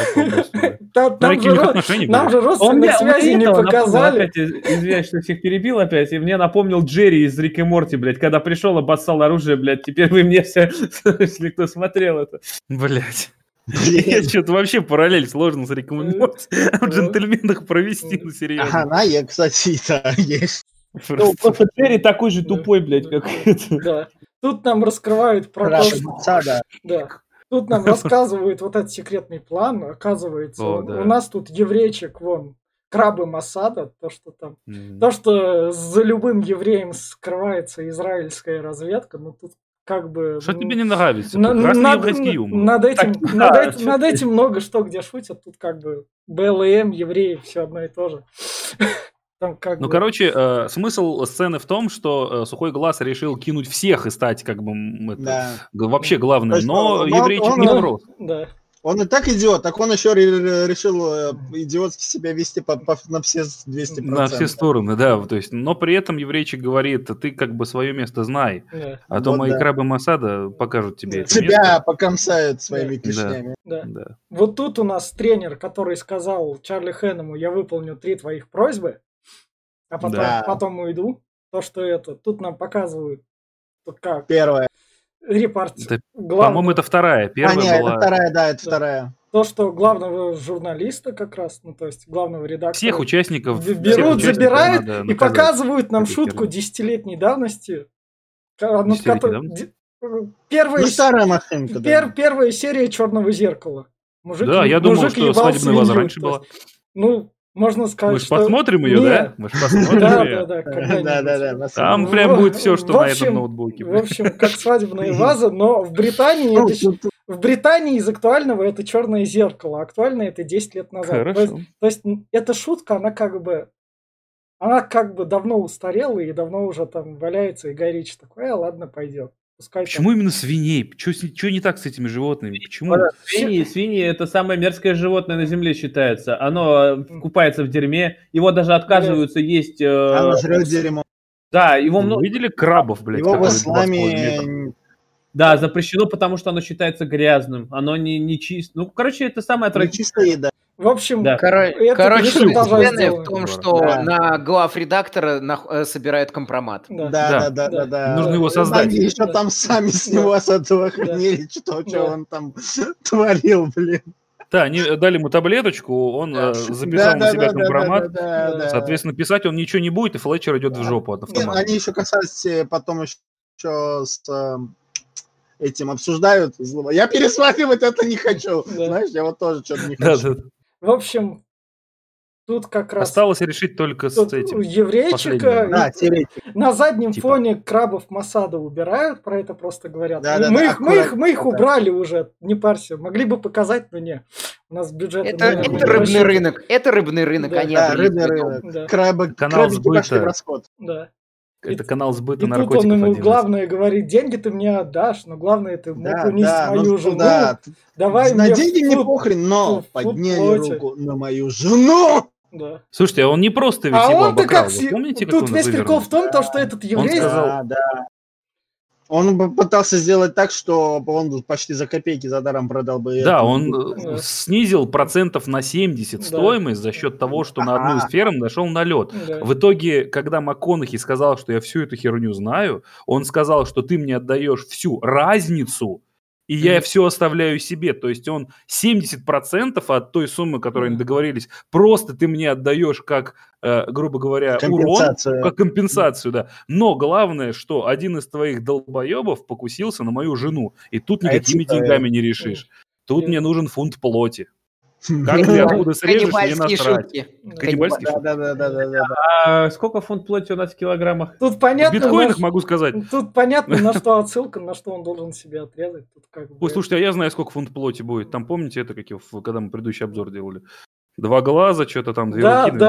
На каких у них отношений Нам были? же родственных связей не показали. Опять, извиняюсь, что всех перебил опять, и мне напомнил Джерри из Рик и Морти, блядь, когда пришел, обоссал оружие, блядь, теперь вы мне все, если кто смотрел это. Блять. Я что-то вообще параллель сложно с рекомендацией в джентльменах провести, ну серьезно. Она, кстати, да, есть. Ну, просто Джерри такой же тупой, блядь, как это. Да. Тут нам раскрывают про то, Краша что... Мацада. Да. Тут нам рассказывают вот этот секретный план. Оказывается, О, да. у нас тут еврейчик, вон, крабы Масада, то, что там... М. То, что за любым евреем скрывается израильская разведка, ну тут как бы... Что ну, тебе не нравится? на- Прекрасный над- еврейский юмор. Над этим, Так, над да, этим- над этим много что где шутят. Тут как бы БЛМ, евреи, все одно и то же. Там как Ну, бы... короче, смысл сцены в том, что Сухой Глаз решил кинуть всех и стать как бы Да. вообще главным, То есть но он- еврейчик он- не Ну, врос. Да. Он и так идиот, так он еще решил идиотски себя вести на все 200%. На все стороны, да. То есть, но при этом еврейчик говорит, ты как бы свое место знай, Да. а то Вот мои да. крабы Масада покажут тебе это Тебя место. покомсают своими Да. клешнями. Да. Да. Вот тут у нас тренер, который сказал Чарли Хэннему, я выполню 3 твоих просьбы, а потом, Да. потом уйду. То, что это, тут нам показывают, тут как, Первая. репорт Это, главного, По-моему, это вторая. Первая нет, была... это вторая, да, это Да. вторая. то, что главного журналиста как раз, ну то есть главного редактора, Всех участников... всех берут, участников забирают надо и наказать. показывают нам этой шутку херней. 10-летней давности. 10-летней давности? Первая, Ну, старая машинка, да. первая серия Черного зеркала. Мужик, Да, я думал, мужик что ебал «Свадебная ваза» свинью, раньше то была. есть, ну, можно сказать, Мы же что... посмотрим ее, Нет. да? Мы же посмотрим Да, её. да, да, когда-нибудь. Да. Там прям будет все, что В на общем- этом ноутбуке. В общем, как свадебная ваза, но в Британии, Ну, в Британии из актуального это черное зеркало, а актуально это 10 лет назад. Хорошо. То есть эта шутка, она как бы давно устарела и давно уже там валяется, и Гай Ричи такой, ладно, пойдет. Пускай там». Почему именно свиней? Что не так с этими животными? Почему? Свиньи это самое мерзкое животное на земле считается. Оно купается в дерьме, его даже отказываются есть. Она жрет дерьмо. Да, его Вы много. видели крабов, блядь, Его в которые 20 метров? исламе... Да, запрещено, потому что оно считается грязным. Оно не чисто. Ну, короче, это самое Не отвратительное. чистая еда. В общем, Да. Короче, Миша тоже сцена сделал. в том, Да. что Да. на глав редактора собирают компромат. Да. Нужно его создать. Они еще там сами с него с этого охренели, что Да. он там творил, блин. Да, они дали ему таблеточку, он записал на себя компромат. Да. Соответственно, писать он ничего не будет, и Флетчер идет в жопу от Нет, автомата. они еще касались, потом еще с этим обсуждают. Я пересматривать это не хочу. Да. Знаешь, я вот тоже что-то не Да, хочу. да. В общем, тут как раз Осталось решить только с тут этим. еврейчика последним. Да, тереть. на заднем Типа. фоне крабов Масада убирают, про это просто говорят. Да, мы аккуратно, их да. убрали уже, не парься. Могли бы показать, но не. У нас бюджет... Это рыбный рынок. Это рыбный рынок, Да. они Да, обрели рыбный свой дом. рынок. Да. Крабики Канал пошли сбыта. в расход. Да. Это канал сбыта И тут наркотиков. он ему один из. главное говорит, деньги ты мне отдашь, но главное ты мог Да, унести да, мою ну, жену. да. Давай На мне деньги не фут- похрен, но фут- подняли футплоте. руку на мою жену. Да. Слушайте, а он не просто ведь А его он-то обокрал. как... Вы помните, как Тут он весь прикол завернул? в том, то, что этот еврей... сказал- Да. Он бы пытался сделать так, что он почти за копейки за даром продал бы. Да, эту- он Да. снизил процентов на 70 Да. стоимость за счет того, что на одну из ферм нашел налет. Да. В итоге, когда МакКонахи сказал, что я всю эту херню знаю, он сказал, что ты мне отдаешь всю разницу, и я все оставляю себе. То есть он 70% от той суммы, которой они договорились, просто ты мне отдаешь как, грубо говоря, урон, Компенсацию. как компенсацию, да. Но главное, что один из твоих долбоебов покусился на мою жену, и тут А никакими это, деньгами не решишь. Тут и- мне нужен фунт плоти. Как ты откуда срежешь, мне Каннибальские насрать. шутки. Каннибальский шут. Да. А сколько фунт плоти у нас в килограммах? Тут В понятно, биткоинах могу сказать. тут понятно, на что отсылка, на что он должен себе отрезать. Тут как бы... Ой, слушайте, а я знаю, сколько фунт плоти будет. Там, помните, это, когда мы предыдущий обзор делали? 2 глаза, что-то там, 2 Да, руки.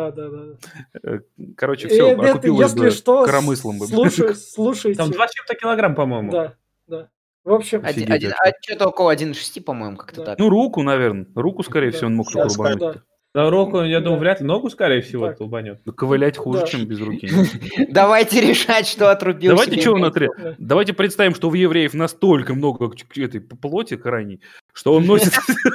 да. Короче, все, Это, окупилось если бы что, коромыслом бы. слушайте. Там 2 с чем-то килограмм, по-моему. Да. В общем, Офигеть вообще. Что-то около 1,6, по-моему, как-то Да. так. Ну, руку, наверное. Руку, скорее всего, он мог только Сейчас рубануть. да. Да, руку, я думаю, Да. вряд ли. Ногу, скорее всего, Так. долбанет. Да ковылять хуже, Да. чем без руки. Давайте решать, что отрубил Давайте себе что меч. внутри? Да. Давайте представим, что у евреев настолько много этой плоти крайней, что он носит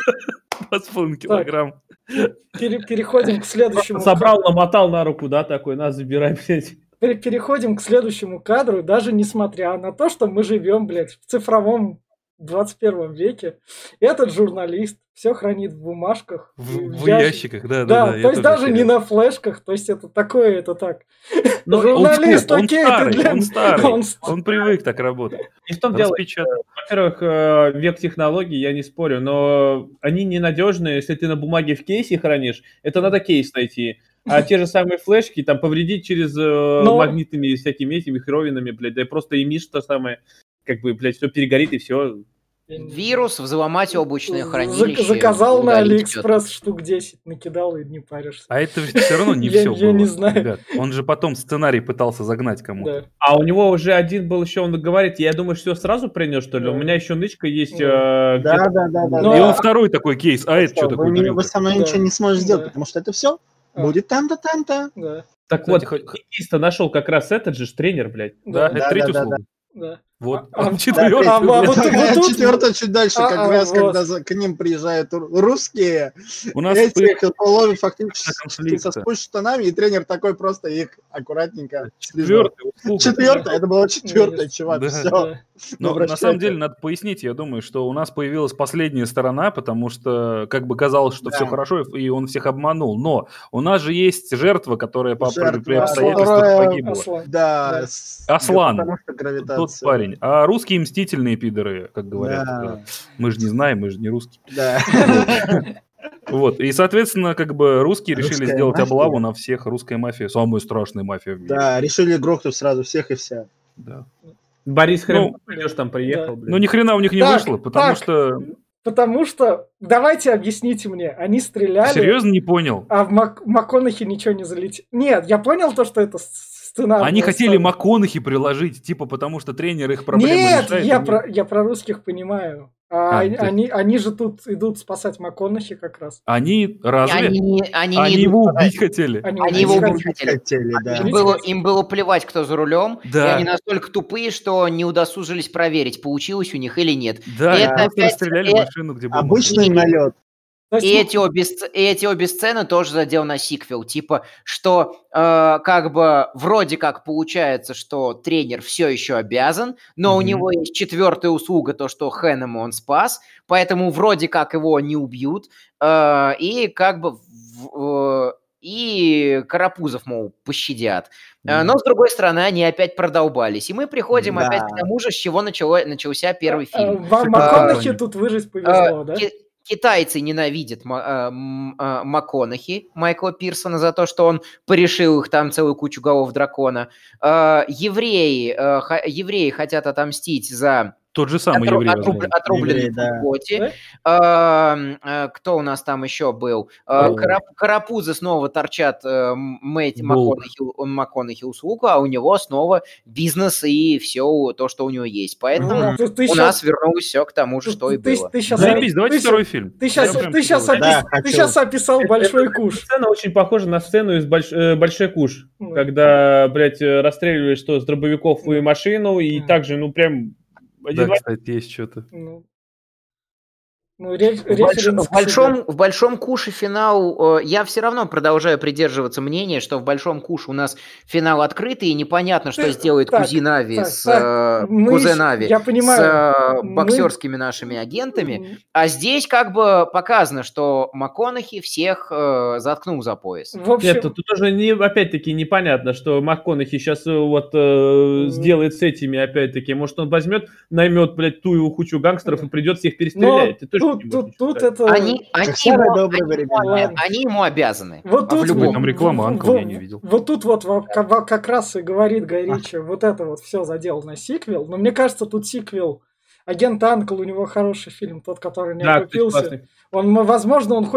2,5 килограмм. Переходим к следующему. Собрал, намотал на руку, да, такой, на, забирай, блядь. Переходим к следующему кадру, даже несмотря на то, что мы живем, блядь, в цифровом 21 веке. Этот журналист все хранит в бумажках. В ящиках, да. Да, я то есть тоже даже не терял. на флешках, то есть это такое, это так. Ну, Журналист, он окей, старый, ты для- он старый. он Он привык так работать. И в том дело, Распечатал. во-первых, век технологий, я не спорю, но они ненадежные, если ты на бумаге в кейсе хранишь, это надо кейс найти. А те же самые флешки, там, повредить через магнитными всякими этими херовинами, блядь, да и просто имишь то самое, как бы, блядь, все перегорит и все. Вирус, взломать облачное хранилище. Заказал на удалить Алиэкспресс штук 10, накидал и не паришься. А это ведь все равно не Я- все я было. не знаю. Ребят. Он же потом сценарий пытался загнать кому-то. Да. А у него уже один был еще, он говорит, я думаю, что сразу принес, что ли? Да. У меня еще нычка есть. Да. Да. Ну, И а- он второй такой кейс. А это что такое? Вы дурилка? со мной Да. ничего не сможете Да. сделать, потому что это все А. будет там-то. Да. Так Кстати, вот, кейс-то нашел как раз этот же тренер, блядь. Да, Да. это третья да, услуга. Да. Вот. А- а- Четвертый. а вот тут- Четвертое чуть дальше, как раз, вот. когда к ним приезжают русские, У нас этих ловят на фактически конфликта. со спущенными штанами, и тренер такой просто их аккуратненько слезал. четвертая услуга. Четвертое, это было четвертое, чувак, Да. все. Да. Но на самом деле надо пояснить, я думаю, что у нас появилась последняя сторона, потому что как бы казалось, что Да. все хорошо, и он всех обманул. Но у нас же есть жертва, которая при Жертва, обстоятельствах которая- погибла. Аслан. Да, Да. Аслан. Потому что гравитация. Тот парень. А русские мстительные пидоры, как говорят. Да. Мы же не знаем, мы же не русские. Да. Вот. И, соответственно, как бы русские решили Русская сделать мафия. облаву на всех. Русская мафия. Самая страшная мафия в мире. Да, решили грохнуть сразу всех и вся. Да. Борис Хрен, Ну, придешь там приехал, да. блядь. Но ни хрена у них не Так, вышло, потому так. что... Потому что, давайте объясните мне, они стреляли, Серьезно не понял. а в МакКонахи ничего не залетело. Нет, я понял то, что это сценарий. Они хотели МакКонахи приложить, типа, потому что тренер их проблемы Нет, решает. я про русских понимаю. А, то есть- Они же тут идут спасать МакКонахи как раз. Они разве? Они не Они его идут убить хотели. Они его хотели. убить хотели. Хотели, да. Им было плевать, кто за рулем, Да. и они настолько тупые, что не удосужились проверить, получилось у них или нет. Да, И и это просто опять- расстреляли э- машину, где был Обычный налет. То есть, И эти обе сцены тоже задел на сиквел. Типа, что как бы вроде как получается, что тренер все еще обязан, но у Мгм. него есть четвертая услуга, то, что Хэнема он спас, поэтому вроде как его не убьют. И как бы... и Карапузов, мол, пощадят. Но, с другой стороны, они опять продолбались. И мы приходим Да. опять к тому же, с чего начался первый фильм. МакКонахи плане. тут выжить повезло, да? Китайцы ненавидят МакКонахи, Майкла Пирсона, за то, что он порешил их там целую кучу голов дракона. Евреи хотят отомстить за Тот же самый еврей. возможно. отрубленные Еврей, да. плоти. Кто у нас там еще был? Карапузы снова торчат МакКонахи услугу, а у него снова бизнес и все то, что у него есть. Поэтому у нас вернулось все к тому же, что и было. Заебись, давайте второй фильм. Ты Я прям сейчас согласен. описал большой куш. Сцена очень похожа на сцену из «Большой куш», Ну. когда, блядь, расстреливали что с дробовиков и машину, и Да. также, ну, прям... Да, кстати, есть что-то. В большом куше финал, я все равно продолжаю придерживаться мнения, что в большом куше у нас финал открытый, и непонятно, что сделает кузен Ави с боксерскими нашими агентами. А здесь как бы показано, что МакКонахи всех заткнул за пояс. Нет, тут тоже опять-таки непонятно, что МакКонахи сейчас вот сделает с этими, опять-таки. Может, он возьмет, наймет, блядь, ту кучу гангстеров и придет всех перестрелять. Тут это... Они ему обязаны. Вот тут там реклама Анкл, я не видел. Вот тут вот как раз и говорит Гай Ричи, вот это вот все задел на сиквел. Но мне кажется, тут сиквел Агент Анкл, у него хороший фильм, тот, который не окупился. Возможно, он хочет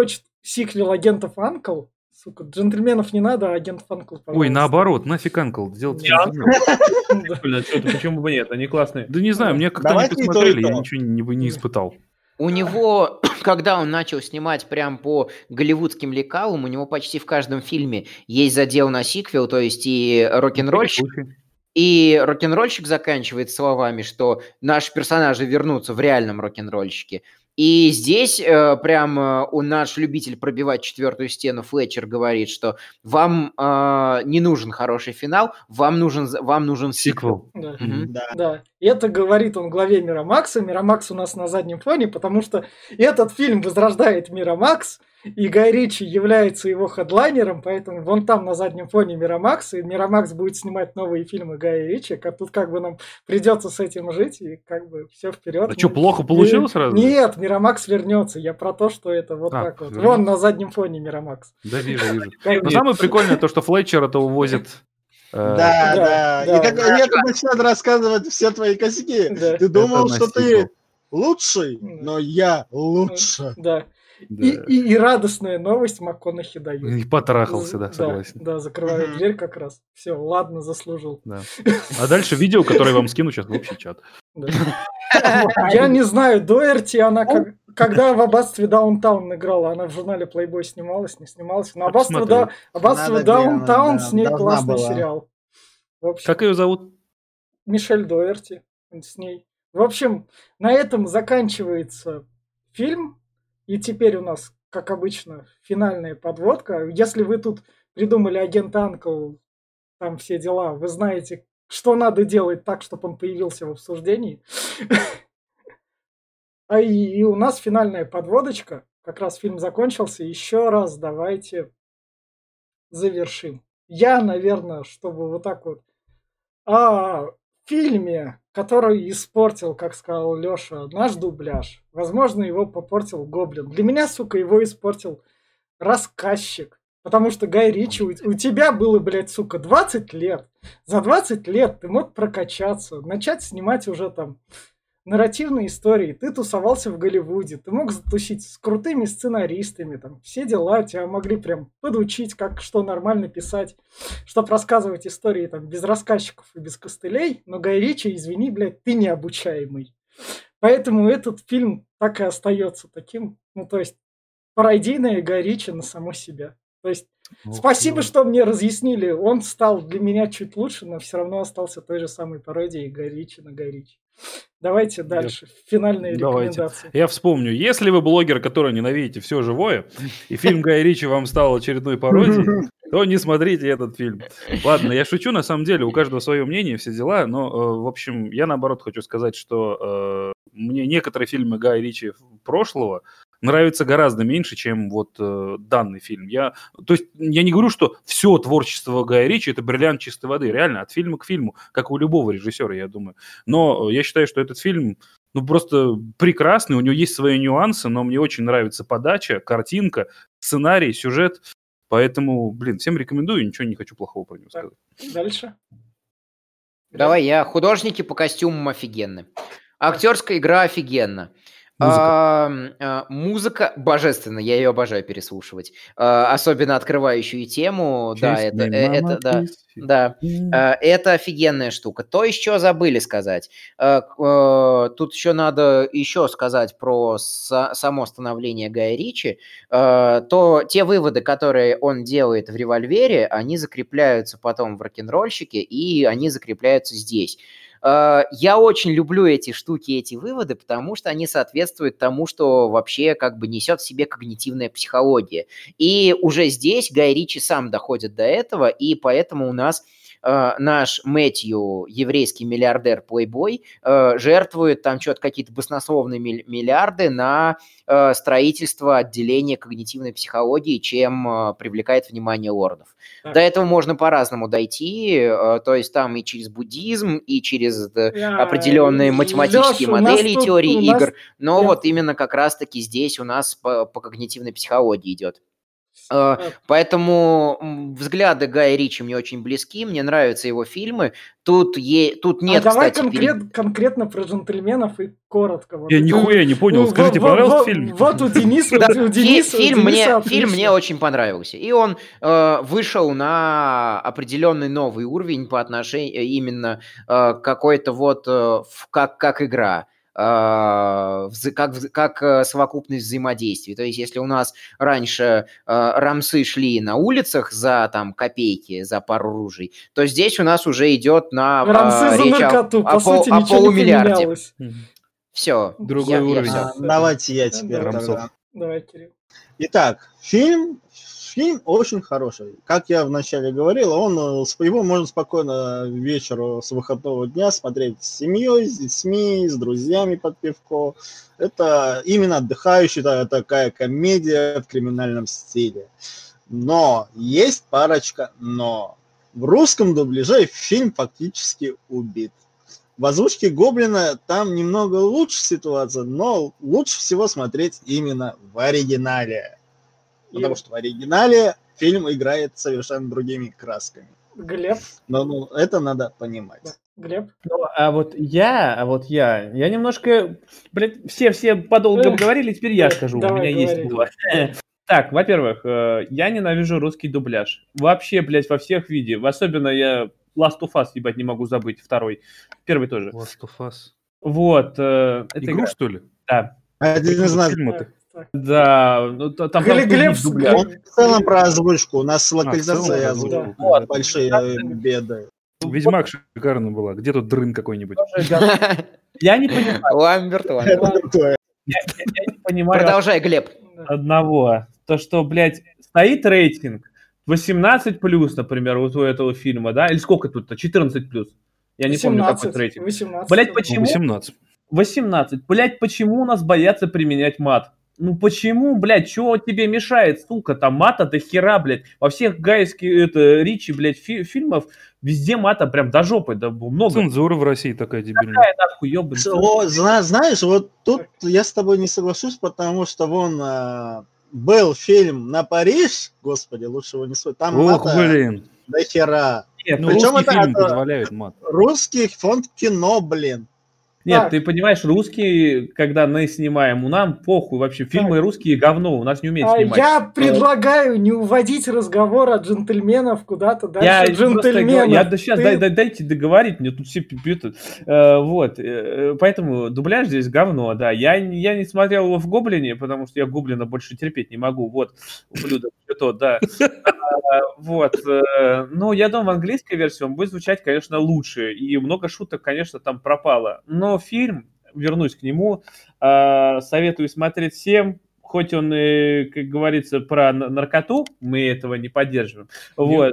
сиквел агентов Анкл. Сука, джентльменов не надо, а агентов Анкл, пожалуйста. Ой, наоборот, нафиг Анкл, сделать Да. джентльмен. Да. Прикольно, что-то почему бы нет, они классные. Да не знаю, мне как-то Давайте не и то, посмотрели, и я то. ничего не испытал. У него, когда он начал снимать прям по голливудским лекалам, у него почти в каждом фильме есть задел на сиквел, то есть и рок-н-ролльщик, заканчивает словами, что наши персонажи вернутся в реальном рок-н-ролльщике. И здесь наш любитель пробивать четвертую стену Флетчер говорит, что вам не нужен хороший финал, вам нужен сиквел. Сиквел. Да. Мгм. Да. Да, и это говорит он главе Мирамакса. Мирамакс у нас на заднем фоне, потому что этот фильм возрождает Мирамакс, и Гай Ричи является его хедлайнером, поэтому вон там на заднем фоне Мирамакс, и Мирамакс будет снимать новые фильмы Гая Ричи, тут как бы нам придется с этим жить, и как бы все вперед. А что, плохо получилось сразу? Нет, Мирамакс вернется, я про то, что это вот А, так вот. вернется. Вон на заднем фоне Мирамакс. Да, вижу. Как Но бы- самое прикольное то, что Флетчера-то увозит... Да, Да, да. да. И как они начинают рассказывать все твои косяки. Да. Ты думал, Это что на ты сиквел. лучший, но я лучше. Да. Да. И радостная новость МакКонахи дают. И потрахался, да, согласен. Да, закрываю Мгм. дверь как раз. Все, ладно, заслужил. Да. А дальше видео, которое я вам скину сейчас в общий чат. Да. Я не знаю, Доерти, она когда в «Аббатстве Даунтаун» играла, она в журнале Playboy снималась, не снималась. Но «Аббатство Посмотри. «Аббатство Надо Даунтаун» да, с ней должна классный была. сериал. В общем, Как ее зовут? Мишель Доерти с ней. В общем, на этом заканчивается фильм. И теперь у нас, как обычно, финальная подводка. Если вы тут придумали агент Анкл, там все дела, вы знаете, что надо делать так, чтобы он появился в обсуждении. И у нас финальная подводочка. Как раз фильм закончился. Еще раз давайте завершим. Я, наверное, чтобы вот так вот о фильме, который испортил, как сказал Леша, наш дубляж. Возможно, его попортил Гоблин. Для меня, сука, его испортил рассказчик. Потому что, Гай Ричи, у тебя было, блядь, сука, 20 лет. За 20 лет ты мог прокачаться, начать снимать уже там нарративные истории. Ты тусовался в Голливуде, ты мог затусить с крутыми сценаристами, там, все дела, тебя могли прям подучить, как что нормально писать, чтобы рассказывать истории там без рассказчиков и без костылей. Но, Гай Ричи, извини, блядь, ты необучаемый. Поэтому этот фильм так и остается таким, ну, то есть, пародийная Гай Ричи на само себя. То есть, спасибо, что мне разъяснили. Он стал для меня чуть лучше, но все равно остался той же самой пародией Гай Ричи на Гай Ричи. Давайте дальше. Финальные Давайте. рекомендации. Я вспомню. Если вы блогер, который ненавидите все живое, и фильм Гая Ричи вам стал очередной пародией, то не смотрите этот фильм. Ладно, я шучу, на самом деле, у каждого свое мнение, все дела, но, в общем, я наоборот хочу сказать, что мне некоторые фильмы Гая Ричи прошлого нравятся гораздо меньше, чем вот данный фильм. То есть я не говорю, что все творчество Гая Ричи это бриллиант чистой воды, реально, от фильма к фильму, как у любого режиссера, я думаю. Но я считаю, что этот фильм просто прекрасный, у него есть свои нюансы, но мне очень нравится подача, картинка, сценарий, сюжет. Поэтому, всем рекомендую, ничего не хочу плохого про него сказать. Дальше. Давай, художники по костюмам офигенны. Актерская игра офигенна. Музыка божественна, я ее обожаю переслушивать. Особенно открывающую тему. Да, это офигенная штука. То еще забыли сказать. Тут еще надо сказать про само становление Гая Ричи. То те выводы, которые он делает в «Револьвере», они закрепляются потом в «Рок-н-ролльщике», и они закрепляются здесь. Я очень люблю эти штуки, эти выводы, потому что они соответствуют тому, что вообще как бы несет в себе когнитивная психология. И уже здесь Гай Ричи сам доходит до этого, и поэтому у нас наш Мэтью, еврейский миллиардер-плейбой, жертвует там что-то какие-то баснословные миллиарды на строительство отделения когнитивной психологии, чем привлекает внимание лордов. Так. До этого можно по-разному дойти, то есть там и через буддизм, и через определенные математические модели и теории игр, но вот именно как раз-таки здесь у нас по когнитивной психологии идет. Поэтому взгляды Гая Ричи мне очень близки, мне нравятся его фильмы. Тут нет, давай кстати, конкретно про «Джентльменов» и коротко. Вот. Я нихуя не понял. Скажите, понравился фильм? Вот у Дениса... Фильм мне очень понравился. И он вышел на определенный новый уровень по отношению именно какой-то вот как игра. Как совокупность взаимодействий. То есть, если у нас раньше рамсы шли на улицах за там копейки, за пару ружей, то здесь у нас уже идет на речь о полумиллиарде. Все. Другой уровень. Давайте я теперь Рамсов. Давай, Кирилл. Итак, фильм очень хороший. Как я вначале говорил, его можно спокойно вечеру с выходного дня смотреть с семьей, с детьми, с друзьями под пивко. Это именно отдыхающая такая комедия в криминальном стиле. Но есть парочка «но». В русском дубляже фильм фактически убит. В озвучке Гоблина там немного лучше ситуация, но лучше всего смотреть именно в оригинале. Потому что в оригинале фильм играет совершенно другими красками. Глеб? Но это надо понимать. Глеб? Ну, а вот я немножко, блядь, все подолго говорили, теперь я скажу, у меня есть слово. Так, во-первых, я ненавижу русский дубляж. Вообще, блядь, во всех виде. Особенно я Last of Us, ебать, не могу забыть, второй. Первый тоже. Last of Us. Вот. Игру, что ли? Да. Один из нас... Да, ну там Глеб, он в целом про озвучку. У нас локализация озвучки. Большие беды. Ведьмак шикарно была. Где тут дрын какой-нибудь? Я не понимаю. Ламберт. Я не понимаю. Продолжай, Глеб. Одного. То, что, блядь, стоит рейтинг 18+, например, вот у этого фильма, да? Или сколько тут-то? 14+. Я не помню, какой рейтинг. 18. Блядь, почему? 18. 18. Блядь, почему у нас боятся применять мат? Ну почему, блядь, что тебе мешает, сука, там мата до хера, блядь. Во всех гайских, Ричи, блядь, фильмов везде мата прям до жопы, да, много. Цензура в России такая дебильная. Какая нахуй, ёбаная. Знаешь, вот тут я с тобой не соглашусь, потому что был фильм «На Париж», господи, лучше его не стоит, там мата до хера. Нет, ну русский фильм позволяет мат. Русский фонд кино, блин. Нет, Так. ты понимаешь, русские, когда мы снимаем, нам похуй вообще. Фильмы русские говно, у нас не умеют снимать. Я предлагаю не уводить разговор от джентльменов куда-то дальше. Дайте договорить, мне тут все пипят. Вот, поэтому дубляж здесь говно, да. Я не смотрел его в Гоблине, потому что я Гоблина больше терпеть не могу. Вот, ублюдок, что, да. Вот, но я думаю, в английской версии он будет звучать, конечно, лучше. И много шуток, конечно, там пропало. Но фильм, вернусь к нему, советую смотреть всем, хоть он, как говорится, про наркоту, мы этого не поддерживаем. Вот.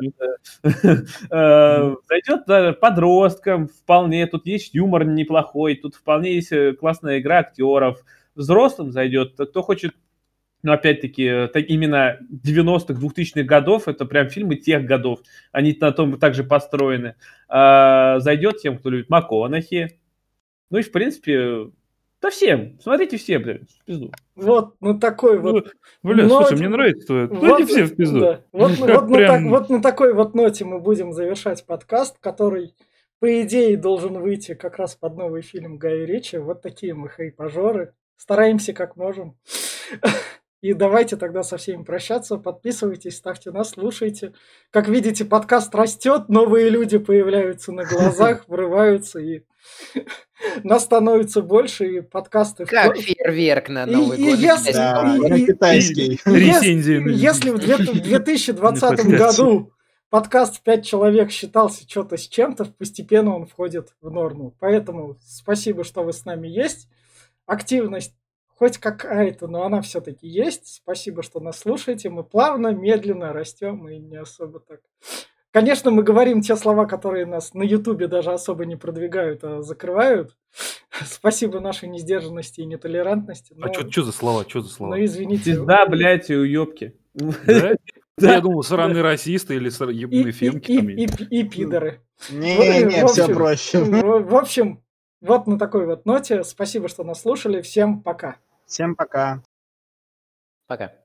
Зайдет даже подросткам вполне, тут есть юмор неплохой, тут вполне есть классная игра актеров. Взрослым зайдет, кто хочет, но опять-таки, именно 90-х, 2000-х годов, это прям фильмы тех годов, они на том также построены. Зайдет тем, кто любит МакКонахи. Ну и, в принципе, да всем. Смотрите все, блядь, в пизду. Вот, такой вот. Бля, слушай, мне нравится твое. Давайте все в пизду. Да. Вот на такой вот ноте мы будем завершать подкаст, который, по идее, должен выйти как раз под новый фильм Гая Ричи. Вот такие мы хайпажоры. Стараемся как можем. И давайте тогда со всеми прощаться. Подписывайтесь, ставьте нас, слушайте. Как видите, подкаст растет, новые люди появляются на глазах, врываются, и нас становится больше, и подкасты... Как фейерверк на Новый год. Китайский. Если в 2020 году подкаст в 5 человек считался что-то с чем-то, постепенно он входит в норму. Поэтому спасибо, что вы с нами есть. Активность хоть какая-то, но она все-таки есть. Спасибо, что нас слушаете. Мы плавно, медленно растем и не особо так. Конечно, мы говорим те слова, которые нас на Ютубе даже особо не продвигают, а закрывают. Спасибо нашей несдержанности и нетолерантности. А что за слова? Ну, извините. Да, блядь, и уёбки. Да? Я думал, сраные расисты или ебаные фемки. И пидоры. Не, все проще. В общем, вот на такой вот ноте. Спасибо, что нас слушали. Всем пока. Всем пока. Пока.